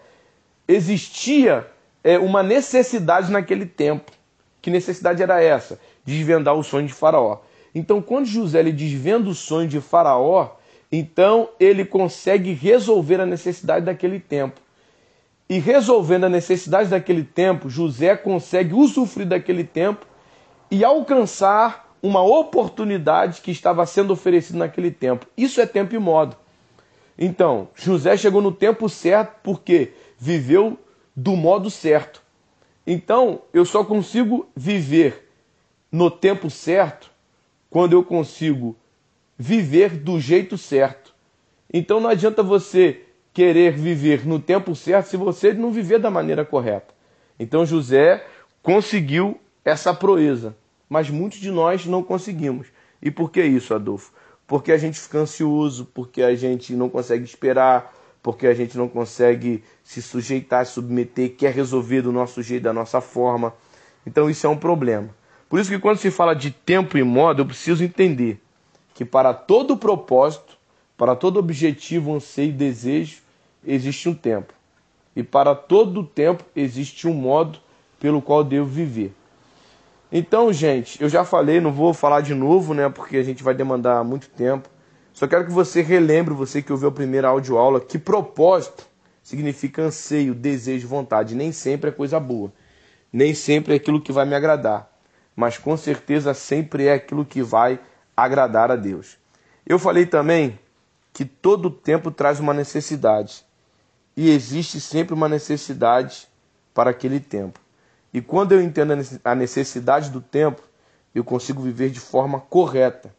existia é, uma necessidade naquele tempo. Que necessidade era essa? Desvendar o sonho de Faraó. Então quando José ele desvenda o sonho de Faraó, então ele consegue resolver a necessidade daquele tempo. E resolvendo a necessidade daquele tempo, José consegue usufruir daquele tempo e alcançar uma oportunidade que estava sendo oferecida naquele tempo. Isso é tempo e modo. Então, José chegou no tempo certo porque viveu do modo certo. Então, eu só consigo viver no tempo certo quando eu consigo viver do jeito certo. Então, não adianta você querer viver no tempo certo se você não viver da maneira correta. Então, José conseguiu essa proeza. Mas muitos de nós não conseguimos. E por que isso, Adolfo? Porque a gente fica ansioso, porque a gente não consegue esperar, porque a gente não consegue se sujeitar, se submeter, quer resolver do nosso jeito, da nossa forma. Então isso é um problema. Por isso que quando se fala de tempo e modo, eu preciso entender que para todo propósito, para todo objetivo, anseio e desejo, existe um tempo. E para todo tempo existe um modo pelo qual devo viver. Então, gente, eu já falei, não vou falar de novo, né, porque a gente vai demandar muito tempo. Só quero que você relembre, você que ouviu a primeira audioaula, que propósito significa anseio, desejo, vontade. Nem sempre é coisa boa. Nem sempre é aquilo que vai me agradar. Mas com certeza sempre é aquilo que vai agradar a Deus. Eu falei também que todo tempo traz uma necessidade. E existe sempre uma necessidade para aquele tempo. E quando eu entendo a necessidade do tempo, eu consigo viver de forma correta.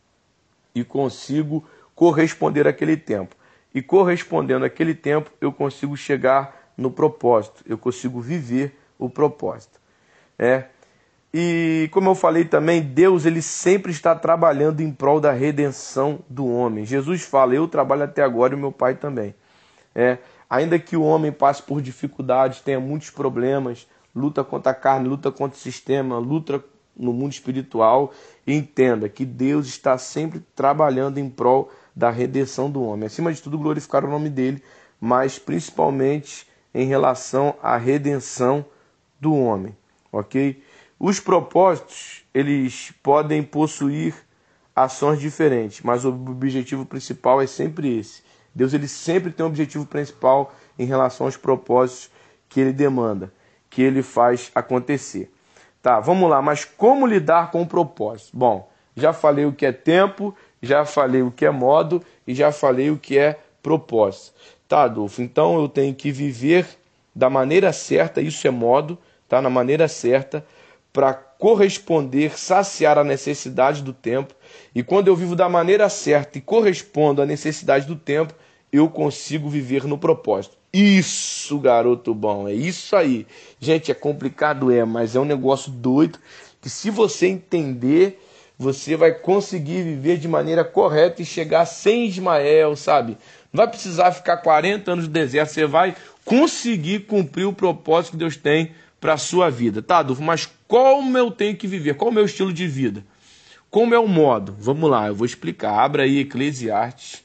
E consigo corresponder àquele tempo. E correspondendo àquele tempo, eu consigo chegar no propósito. Eu consigo viver o propósito. É. E como eu falei também, Deus ele sempre está trabalhando em prol da redenção do homem. Jesus fala, eu trabalho até agora e o meu Pai também. É, ainda que o homem passe por dificuldades, tenha muitos problemas, luta contra a carne, luta contra o sistema, luta no mundo espiritual, entenda que Deus está sempre trabalhando em prol da redenção do homem. Acima de tudo, glorificar o nome dele, mas principalmente em relação à redenção do homem, ok? Os propósitos, eles podem possuir ações diferentes, mas o objetivo principal é sempre esse. Deus ele sempre tem um objetivo principal em relação aos propósitos que ele demanda, que ele faz acontecer. Tá, vamos lá, mas como lidar com o propósito? Bom, já falei o que é tempo, já falei o que é modo e já falei o que é propósito. Tá, Adolfo, então eu tenho que viver da maneira certa, isso é modo, tá, na maneira certa, para corresponder, saciar a necessidade do tempo. E quando eu vivo da maneira certa e correspondo à necessidade do tempo, eu consigo viver no propósito. Isso, garoto bom, é isso aí. Gente, é complicado, é, mas é um negócio doido que se você entender, você vai conseguir viver de maneira correta e chegar sem Ismael, sabe? Não vai precisar ficar quarenta anos no deserto, você vai conseguir cumprir o propósito que Deus tem para a sua vida. Tá, Adolfo, mas como eu tenho que viver? Qual é o meu estilo de vida? Como é o modo? Vamos lá, eu vou explicar. Abra aí Eclesiastes,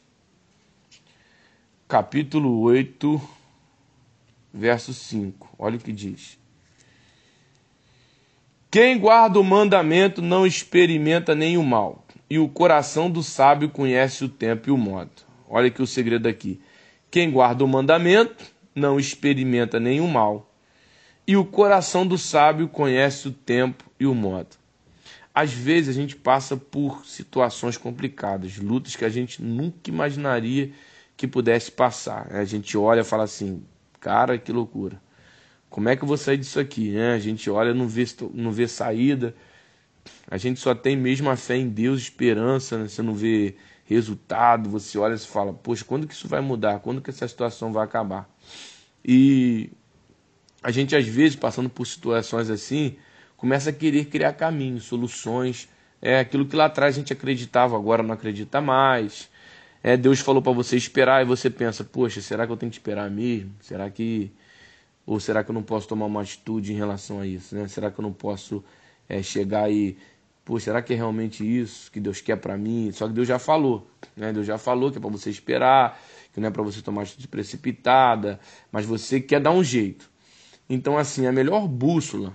capítulo oito, verso cinco. Olha o que diz. Quem guarda o mandamento não experimenta nenhum mal, e o coração do sábio conhece o tempo e o modo. Olha aqui o segredo aqui. Quem guarda o mandamento não experimenta nenhum mal, e o coração do sábio conhece o tempo e o modo. Às vezes a gente passa por situações complicadas, lutas que a gente nunca imaginaria que pudesse passar. A gente olha e fala assim, cara, que loucura. Como é que eu vou sair disso aqui? A gente olha e não vê, não vê saída. A gente só tem mesmo a fé em Deus, esperança, né? Você não vê resultado, você olha e fala, poxa, quando que isso vai mudar? Quando que essa situação vai acabar? E a gente, às vezes, passando por situações assim, começa a querer criar caminhos, soluções. É aquilo que lá atrás a gente acreditava, agora não acredita mais. É, Deus falou para você esperar e você pensa, poxa, será que eu tenho que esperar mesmo? Será que... Ou será que eu não posso tomar uma atitude em relação a isso? Né? Será que eu não posso é, chegar e... Pô, será que é realmente isso que Deus quer para mim? Só que Deus já falou. Né? Deus já falou que é para você esperar, que não é para você tomar atitude precipitada, mas você quer dar um jeito. Então, assim, a melhor bússola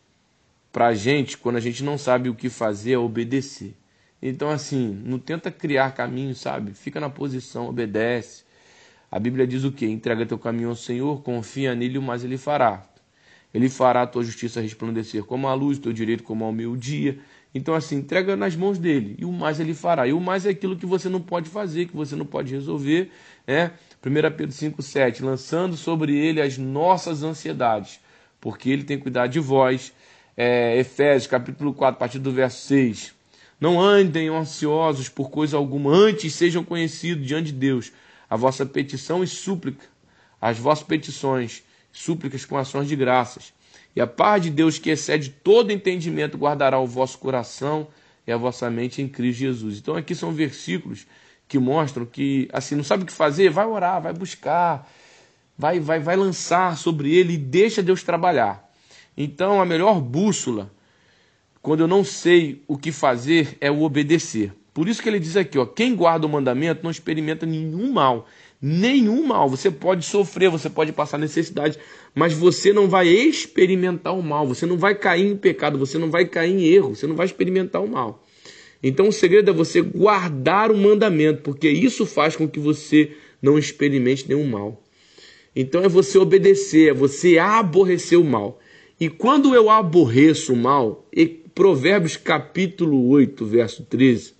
para a gente, quando a gente não sabe o que fazer, é obedecer. Então, assim, não tenta criar caminho, sabe? Fica na posição, obedece. A Bíblia diz o quê? Entrega teu caminho ao Senhor, confia nele, o mais ele fará. Ele fará a tua justiça resplandecer como a luz, o teu direito como ao meio-dia. Então, assim, entrega nas mãos dele, e o mais ele fará. E o mais é aquilo que você não pode fazer, que você não pode resolver. Né? primeira Pedro cinco, sete, lançando sobre ele as nossas ansiedades, porque ele tem cuidado de vós. É, Efésios, capítulo quatro, a partir do verso seis. Não andem ansiosos por coisa alguma, antes sejam conhecidos diante de Deus a vossa petição e súplica, as vossas petições, súplicas com ações de graças. E a paz de Deus, que excede todo entendimento, guardará o vosso coração e a vossa mente em Cristo Jesus. Então aqui são versículos que mostram que, assim, não sabe o que fazer? Vai orar, vai buscar, vai, vai, vai lançar sobre ele e deixa Deus trabalhar. Então a melhor bússola, quando eu não sei o que fazer, é o obedecer. Por isso que ele diz aqui, ó, quem guarda o mandamento não experimenta nenhum mal. Nenhum mal. Você pode sofrer, você pode passar necessidade, mas você não vai experimentar o mal. Você não vai cair em pecado, você não vai cair em erro, você não vai experimentar o mal. Então o segredo é você guardar o mandamento, porque isso faz com que você não experimente nenhum mal. Então é você obedecer, é você aborrecer o mal. E quando eu aborreço o mal, Provérbios capítulo oito, verso treze,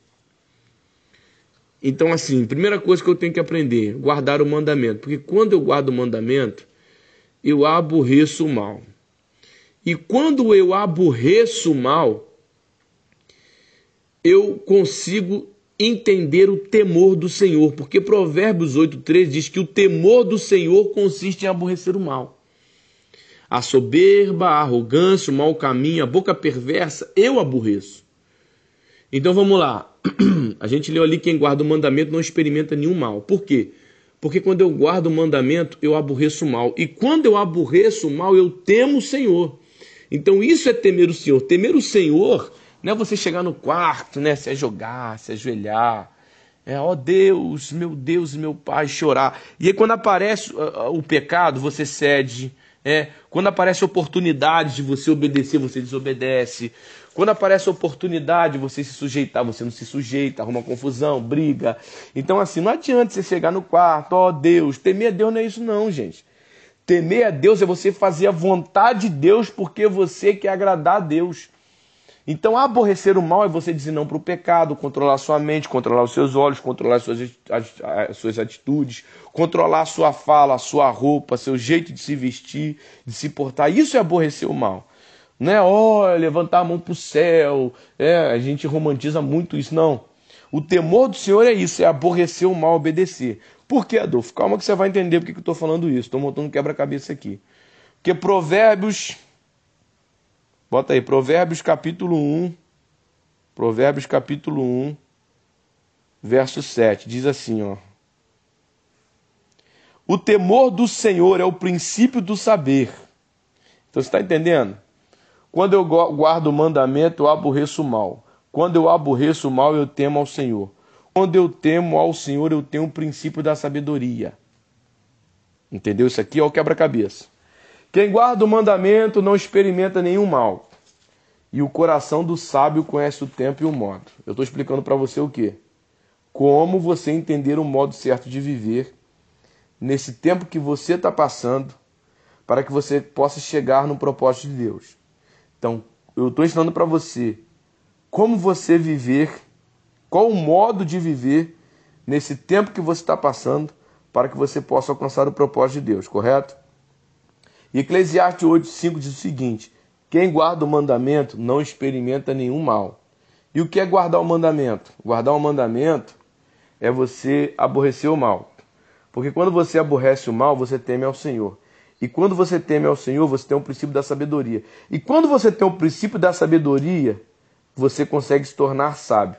então, assim, primeira coisa que eu tenho que aprender, guardar o mandamento. Porque quando eu guardo o mandamento, eu aborreço o mal. E quando eu aborreço o mal, eu consigo entender o temor do Senhor. Porque Provérbios oito, treze diz que o temor do Senhor consiste em aborrecer o mal. A soberba, a arrogância, o mau caminho, a boca perversa, eu aborreço. Então vamos lá. A gente leu ali: quem guarda o mandamento não experimenta nenhum mal. Por quê? Porque quando eu guardo o mandamento, eu aborreço o mal. E quando eu aborreço o mal, eu temo o Senhor. Então isso é temer o Senhor. Temer o Senhor não é você chegar no quarto, né, se jogar, se ajoelhar. É, ó Deus, meu Deus e meu Pai, chorar. E aí quando aparece uh, uh, o pecado, você cede. É, quando aparece a oportunidade de você obedecer, você desobedece. Quando aparece a oportunidade de você se sujeitar, você não se sujeita, arruma confusão, briga. Então assim, não adianta você chegar no quarto: ó Deus. Temer a Deus não é isso não, gente. Temer a Deus é você fazer a vontade de Deus porque você quer agradar a Deus. Então aborrecer o mal é você dizer não para o pecado, controlar sua mente, controlar os seus olhos, controlar as suas, as, as suas atitudes, controlar a sua fala, a sua roupa, seu jeito de se vestir, de se portar. Isso é aborrecer o mal. Não é, ó, levantar a mão para o céu. É, a gente romantiza muito isso, não. O temor do Senhor é isso, é aborrecer o mal, obedecer. Por quê, Adolfo? Calma que você vai entender porque que eu estou falando isso. Estou montando um quebra-cabeça aqui. Porque Provérbios... Bota aí, Provérbios capítulo um, Provérbios capítulo um, verso sete, diz assim, ó. O temor do Senhor é o princípio do saber. Então você está entendendo? Quando eu guardo o mandamento, eu aborreço o mal. Quando eu aborreço o mal, eu temo ao Senhor. Quando eu temo ao Senhor, eu tenho o princípio da sabedoria. Entendeu? Isso aqui é o quebra-cabeça. Quem guarda o mandamento não experimenta nenhum mal. E o coração do sábio conhece o tempo e o modo. Eu estou explicando para você o quê? Como você entender o modo certo de viver nesse tempo que você está passando, para que você possa chegar no propósito de Deus. Então, eu estou ensinando para você como você viver, qual o modo de viver nesse tempo que você está passando, para que você possa alcançar o propósito de Deus, correto? E Eclesiastes oito, cinco diz o seguinte: quem guarda o mandamento não experimenta nenhum mal. E o que é guardar o mandamento? Guardar o mandamento é você aborrecer o mal. Porque quando você aborrece o mal, você teme ao Senhor. E quando você teme ao Senhor, você tem o princípio da sabedoria. E quando você tem o princípio da sabedoria, você consegue se tornar sábio.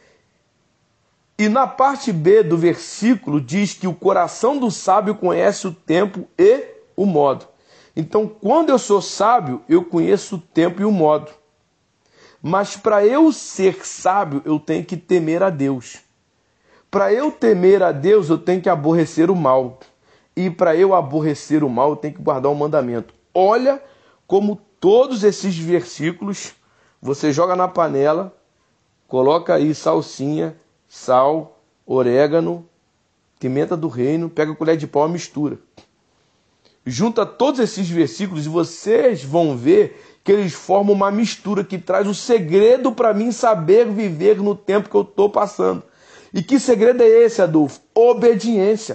E na parte B do versículo diz que o coração do sábio conhece o tempo e o modo. Então, quando eu sou sábio, eu conheço o tempo e o modo. Mas para eu ser sábio, eu tenho que temer a Deus. Para eu temer a Deus, eu tenho que aborrecer o mal. E para eu aborrecer o mal, eu tenho que guardar o mandamento. Olha como todos esses versículos, você joga na panela, coloca aí salsinha, sal, orégano, pimenta do reino, pega a colher de pau e mistura. Junta todos esses versículos e vocês vão ver que eles formam uma mistura que traz o segredo para mim saber viver no tempo que eu estou passando. E que segredo é esse, Adolfo? Obediência.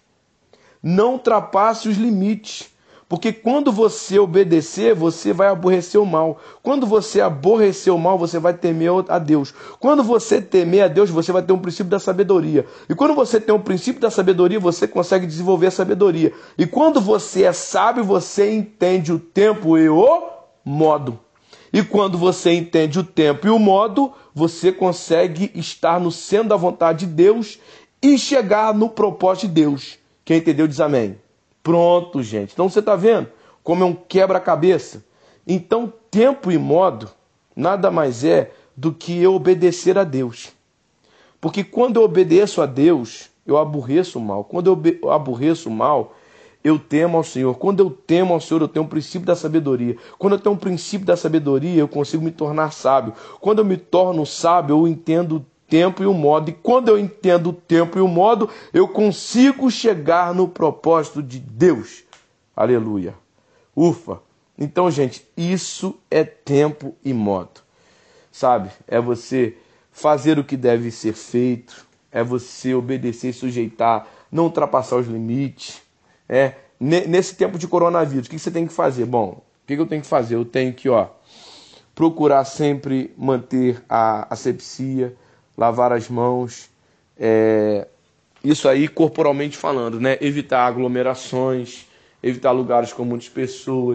Não ultrapasse os limites. Porque quando você obedecer, você vai aborrecer o mal. Quando você aborrecer o mal, você vai temer a Deus. Quando você temer a Deus, você vai ter um princípio da sabedoria. E quando você tem um princípio da sabedoria, você consegue desenvolver a sabedoria. E quando você é sábio, você entende o tempo e o modo. E quando você entende o tempo e o modo, você consegue estar no centro da vontade de Deus e chegar no propósito de Deus. Quem entendeu diz amém. Pronto, gente. Então você está vendo como é um quebra-cabeça? Então, tempo e modo nada mais é do que eu obedecer a Deus. Porque quando eu obedeço a Deus, eu aborreço o mal. Quando eu aborreço o mal, eu temo ao Senhor. Quando eu temo ao Senhor, eu tenho um princípio da sabedoria. Quando eu tenho um princípio da sabedoria, eu consigo me tornar sábio. Quando eu me torno sábio, eu entendo o tempo e o modo. E quando eu entendo o tempo e o modo, eu consigo chegar no propósito de Deus. Aleluia. Ufa. Então, gente, isso é tempo e modo. Sabe? É você fazer o que deve ser feito. É você obedecer e sujeitar. Não ultrapassar os limites. É. Nesse tempo de coronavírus, o que você tem que fazer? Bom, o que eu tenho que fazer? Eu tenho que, ó, procurar sempre manter a asepsia, lavar as mãos, é, isso aí corporalmente falando, né? Evitar aglomerações, evitar lugares com muitas pessoas,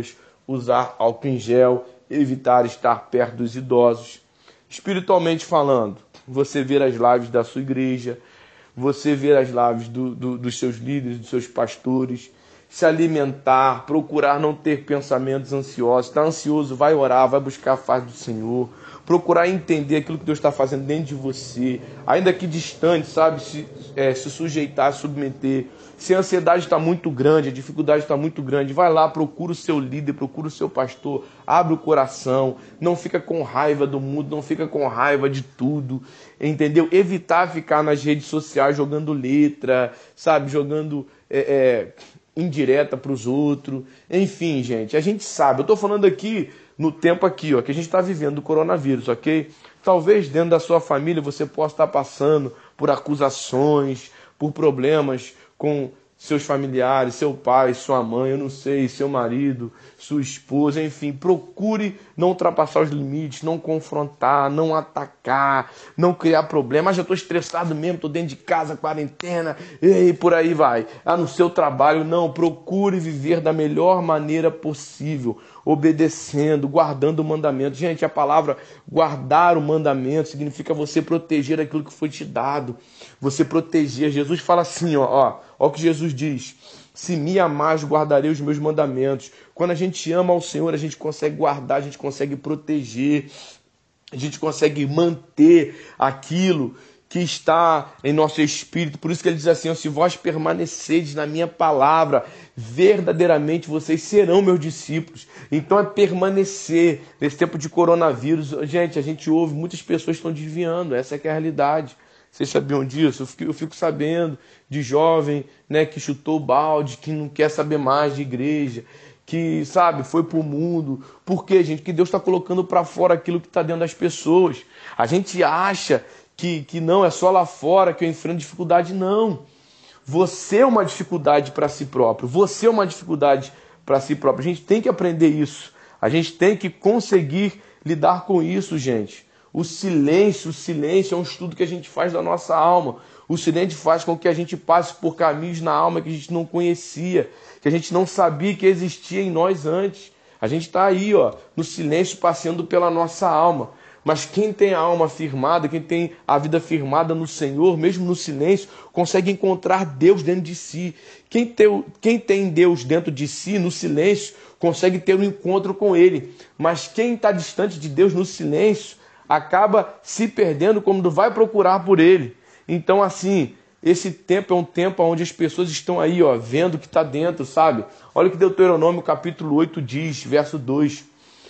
usar álcool em gel, evitar estar perto dos idosos. Espiritualmente falando, você ver as lives da sua igreja, você ver as lives do, do, dos seus líderes, dos seus pastores, se alimentar, procurar não ter pensamentos ansiosos. Está ansioso, vai orar, vai buscar a face do Senhor, procurar entender aquilo que Deus está fazendo dentro de você, ainda que distante, sabe, se, é, se sujeitar, submeter. Se a ansiedade está muito grande, a dificuldade está muito grande, vai lá, procura o seu líder, procura o seu pastor, abre o coração, não fica com raiva do mundo, não fica com raiva de tudo, entendeu? Evitar ficar nas redes sociais jogando letra, sabe, jogando é, é, indireta para os outros. Enfim, gente, a gente sabe, eu estou falando aqui no tempo aqui, ó, que a gente está vivendo do coronavírus, ok? Talvez dentro da sua família você possa estar passando por acusações, por problemas com seus familiares, seu pai, sua mãe, eu não sei, seu marido, sua esposa, enfim, procure não ultrapassar os limites, não confrontar, não atacar, não criar problemas. Ah, já estou estressado mesmo, estou dentro de casa, quarentena, e por aí vai. Ah, no seu trabalho, não, procure viver da melhor maneira possível, obedecendo, guardando o mandamento. Gente, a palavra guardar o mandamento significa você proteger aquilo que foi te dado, você proteger. Jesus fala assim, ó, ó, ó o que Jesus diz: se me amais, guardarei os meus mandamentos. Quando a gente ama ao Senhor, a gente consegue guardar, a gente consegue proteger, a gente consegue manter aquilo que está em nosso espírito. Por isso que ele diz assim, ó, se vós permanecedes na minha palavra, verdadeiramente vocês serão meus discípulos. Então é permanecer nesse tempo de coronavírus. Gente, a gente ouve, muitas pessoas estão desviando, essa é que é a realidade. Vocês sabiam disso? Eu fico, eu fico sabendo de jovem, né, que chutou o balde, que não quer saber mais de igreja, que, sabe, foi pro mundo. Por quê, gente? Porque Deus está colocando para fora aquilo que está dentro das pessoas. A gente acha que, que não, é só lá fora que eu enfrento dificuldade. Não. Você é uma dificuldade para si próprio. Você é uma dificuldade para si próprio. A gente tem que aprender isso. A gente tem que conseguir lidar com isso, gente. O silêncio, o silêncio é um estudo que a gente faz da nossa alma. O silêncio faz com que a gente passe por caminhos na alma que a gente não conhecia, que a gente não sabia que existia em nós antes. A gente está aí, ó, no silêncio, passeando pela nossa alma. Mas quem tem a alma firmada, quem tem a vida firmada no Senhor, mesmo no silêncio, consegue encontrar Deus dentro de si. Quem tem, quem tem Deus dentro de si, no silêncio, consegue ter um encontro com Ele. Mas quem está distante de Deus no silêncio, acaba se perdendo quando vai procurar por Ele. Então, assim, esse tempo é um tempo onde as pessoas estão aí, ó, vendo o que está dentro, sabe? Olha o que Deuteronômio capítulo oito diz, verso dois.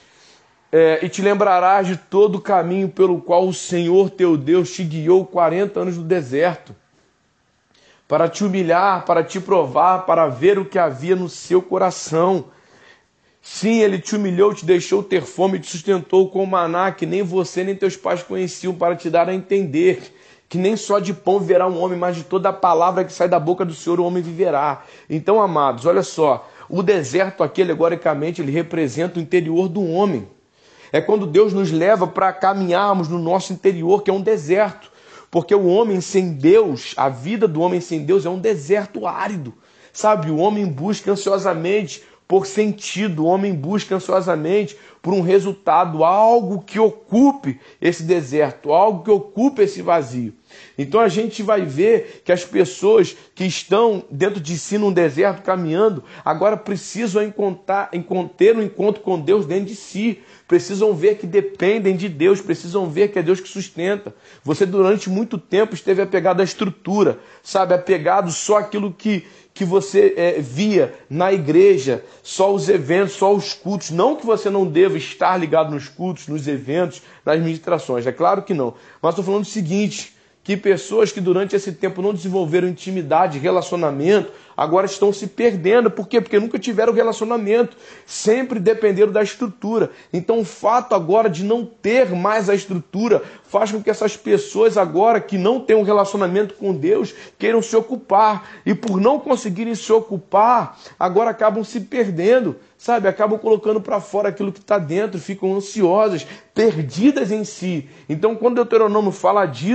É, e te lembrarás de todo o caminho pelo qual o Senhor teu Deus te guiou quarenta anos no deserto, para te humilhar, para te provar, para ver o que havia no seu coração. Sim, ele te humilhou, te deixou ter fome e te sustentou com maná que nem você nem teus pais conheciam, para te dar a entender que nem só de pão viverá um homem, mas de toda a palavra que sai da boca do Senhor o homem viverá. Então, amados, olha só, o deserto aqui, alegoricamente, ele representa o interior do homem. É quando Deus nos leva para caminharmos no nosso interior, que é um deserto. Porque o homem sem Deus, a vida do homem sem Deus é um deserto árido. Sabe, o homem busca ansiosamente por sentido, o homem busca ansiosamente por um resultado, algo que ocupe esse deserto, algo que ocupe esse vazio. Então a gente vai ver que as pessoas que estão dentro de si num deserto caminhando, agora precisam encontrar, ter um encontro com Deus dentro de si. Precisam ver que dependem de Deus, precisam ver que é Deus que sustenta. Você durante muito tempo esteve apegado à estrutura, sabe? Apegado só àquilo que, que você é, via na igreja, só os eventos, só os cultos. Não que você não deva estar ligado nos cultos, nos eventos, nas ministrações, é claro que não. Mas estou falando o seguinte, que pessoas que durante esse tempo não desenvolveram intimidade, relacionamento, agora estão se perdendo. Por quê? Porque nunca tiveram relacionamento, sempre dependeram da estrutura. Então o fato agora de não ter mais a estrutura faz com que essas pessoas agora que não têm um relacionamento com Deus queiram se ocupar. E por não conseguirem se ocupar, agora acabam se perdendo, sabe? Acabam colocando para fora aquilo que está dentro, ficam ansiosas, perdidas em si. Então quando o Deuteronômio fala disso,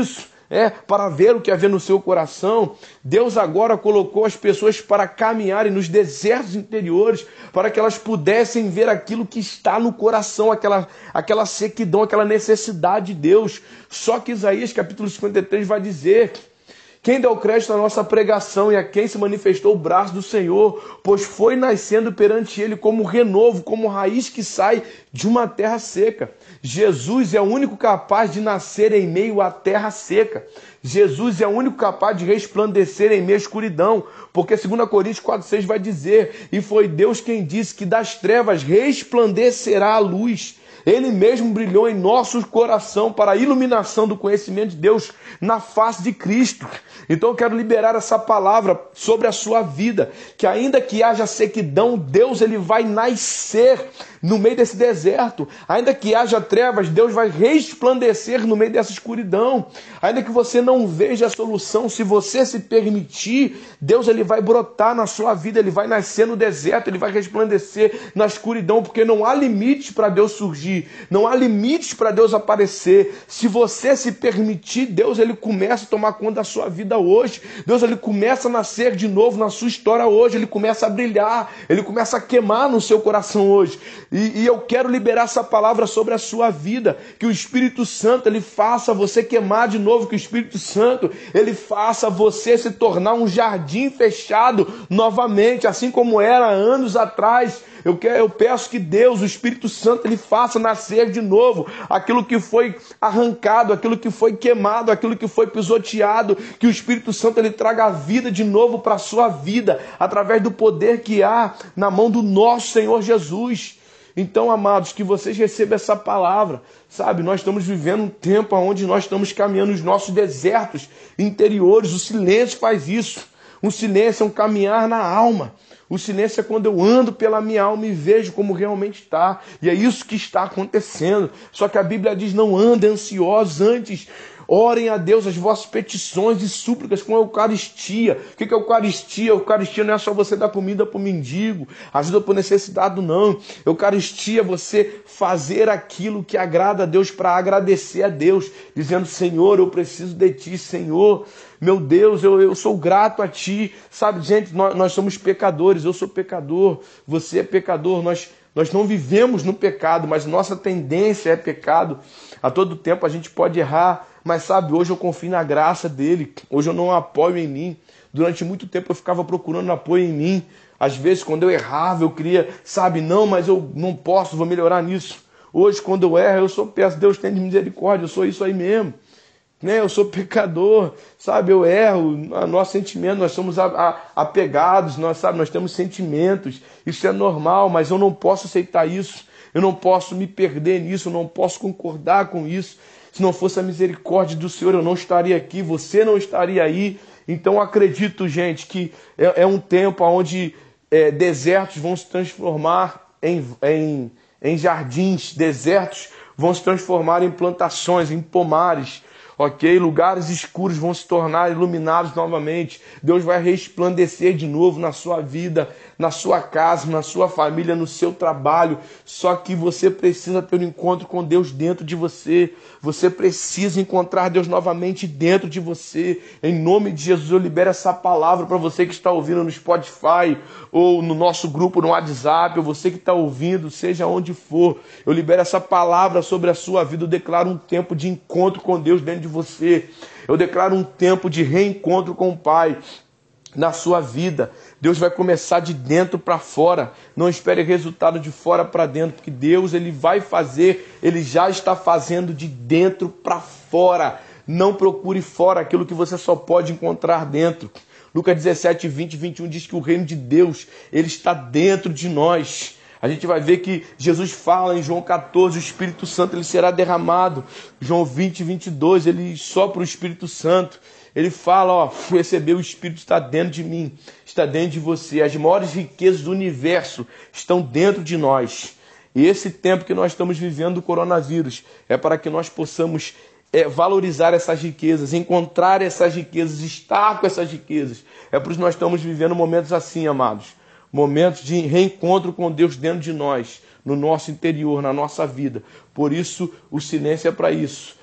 é, para ver o que havia no seu coração. Deus agora colocou as pessoas para caminharem nos desertos interiores, para que elas pudessem ver aquilo que está no coração, aquela, aquela sequidão, aquela necessidade de Deus. Só que Isaías capítulo cinquenta e três vai dizer: quem deu crédito à nossa pregação e a quem se manifestou o braço do Senhor, pois foi nascendo perante ele como renovo, como raiz que sai de uma terra seca. Jesus é o único capaz de nascer em meio à terra seca. Jesus é o único capaz de resplandecer em meio à escuridão, porque segundo Coríntios quatro, seis vai dizer: e foi Deus quem disse que das trevas resplandecerá a luz. Ele mesmo brilhou em nosso coração para a iluminação do conhecimento de Deus na face de Cristo. Então eu quero liberar essa palavra sobre a sua vida, que ainda que haja sequidão, Deus ele vai nascer no meio desse deserto. Ainda que haja trevas, Deus vai resplandecer no meio dessa escuridão. Ainda que você não veja a solução, se você se permitir, Deus ele vai brotar na sua vida, ele vai nascer no deserto, ele vai resplandecer na escuridão, porque não há limites para Deus surgir, não há limites para Deus aparecer. Se você se permitir, Deus ele começa a tomar conta da sua vida hoje. Deus ele começa a nascer de novo na sua história hoje, ele começa a brilhar, ele começa a queimar no seu coração hoje. E, e eu quero liberar essa palavra sobre a sua vida, que o Espírito Santo ele faça você queimar de novo, que o Espírito Santo ele faça você se tornar um jardim fechado novamente, assim como era anos atrás. Eu, quero, eu peço que Deus, o Espírito Santo, ele faça nascer de novo aquilo que foi arrancado, aquilo que foi queimado, aquilo que foi pisoteado, que o Espírito Santo ele traga a vida de novo para a sua vida, através do poder que há na mão do nosso Senhor Jesus. Então, amados, que vocês recebam essa palavra, sabe? Nós estamos vivendo um tempo onde nós estamos caminhando nos nossos desertos interiores. O silêncio faz isso. O silêncio é um caminhar na alma. O silêncio é quando eu ando pela minha alma e vejo como realmente está. E é isso que está acontecendo. Só que a Bíblia diz: não andem ansiosos, antes orem a Deus as vossas petições e súplicas com a Eucaristia. O que é Eucaristia? Eucaristia não é só você dar comida para o mendigo, ajuda por necessidade, não. Eucaristia é você fazer aquilo que agrada a Deus, para agradecer a Deus, dizendo: Senhor, eu preciso de Ti, Senhor. Meu Deus, eu, eu sou grato a Ti. Sabe, gente, nós, nós somos pecadores, eu sou pecador, você é pecador, nós, nós não vivemos no pecado, mas nossa tendência é pecado. A todo tempo a gente pode errar, mas sabe, hoje eu confio na graça dele, hoje eu não apoio em mim. Durante muito tempo eu ficava procurando apoio em mim. Às vezes quando eu errava eu queria, sabe, não, mas eu não posso, vou melhorar nisso. Hoje quando eu erro eu só peço: Deus tem de misericórdia, eu sou isso aí mesmo. Né? Eu sou pecador, sabe, eu erro, nosso sentimento, nós somos a, a, apegados, nós, sabe, nós temos sentimentos, isso é normal, mas eu não posso aceitar isso, eu não posso me perder nisso, eu não posso concordar com isso. Se não fosse a misericórdia do Senhor, eu não estaria aqui, você não estaria aí. Então acredito, gente, que é, é um tempo onde é, desertos vão se transformar em, em, em jardins, desertos vão se transformar em plantações, em pomares. Ok? Lugares escuros vão se tornar iluminados novamente. Deus vai resplandecer de novo na sua vida, na sua casa, na sua família, no seu trabalho. Só que você precisa ter um encontro com Deus dentro de você. Você precisa encontrar Deus novamente dentro de você. Em nome de Jesus, eu libero essa palavra para você que está ouvindo no Spotify, ou no nosso grupo no WhatsApp, ou você que está ouvindo, seja onde for. Eu libero essa palavra sobre a sua vida. Eu declaro um tempo de encontro com Deus dentro de você. Eu declaro um tempo de reencontro com o Pai na sua vida. Deus vai começar de dentro para fora. Não espere resultado de fora para dentro, porque Deus ele vai fazer, ele já está fazendo de dentro para fora. Não procure fora aquilo que você só pode encontrar dentro. Lucas dezessete, vinte, vinte e um diz que o reino de Deus ele está dentro de nós. A gente vai ver que Jesus fala em João catorze, o Espírito Santo ele será derramado. João vinte, vinte e dois, ele sopra o Espírito Santo. Ele fala, ó, receber o Espírito está dentro de mim, está dentro de você. As maiores riquezas do universo estão dentro de nós. E esse tempo que nós estamos vivendo do coronavírus é para que nós possamos é, valorizar essas riquezas, encontrar essas riquezas, estar com essas riquezas. É por isso que nós estamos vivendo momentos assim, amados. Momentos de reencontro com Deus dentro de nós, no nosso interior, na nossa vida. Por isso, o silêncio é para isso.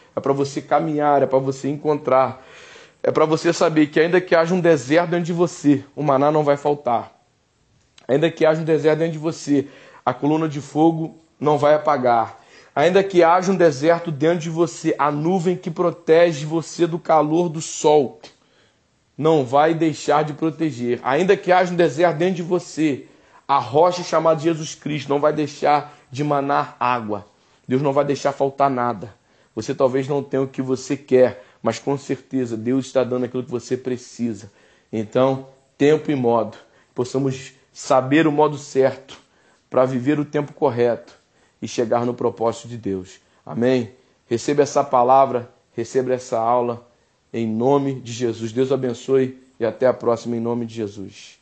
é para você caminhar, é para você encontrar, é para você saber que ainda que haja um deserto dentro de você, o maná não vai faltar. Ainda que haja um deserto dentro de você, a coluna de fogo não vai apagar. Ainda que haja um deserto dentro de você, a nuvem que protege você do calor do sol não vai deixar de proteger. Ainda que haja um deserto dentro de você, a rocha chamada Jesus Cristo não vai deixar de manar água. Deus não vai deixar faltar nada. Você talvez não tenha o que você quer, mas com certeza Deus está dando aquilo que você precisa. Então, tempo e modo. Possamos saber o modo certo para viver o tempo correto e chegar no propósito de Deus. Amém? Receba essa palavra, receba essa aula em nome de Jesus. Deus abençoe e até a próxima em nome de Jesus.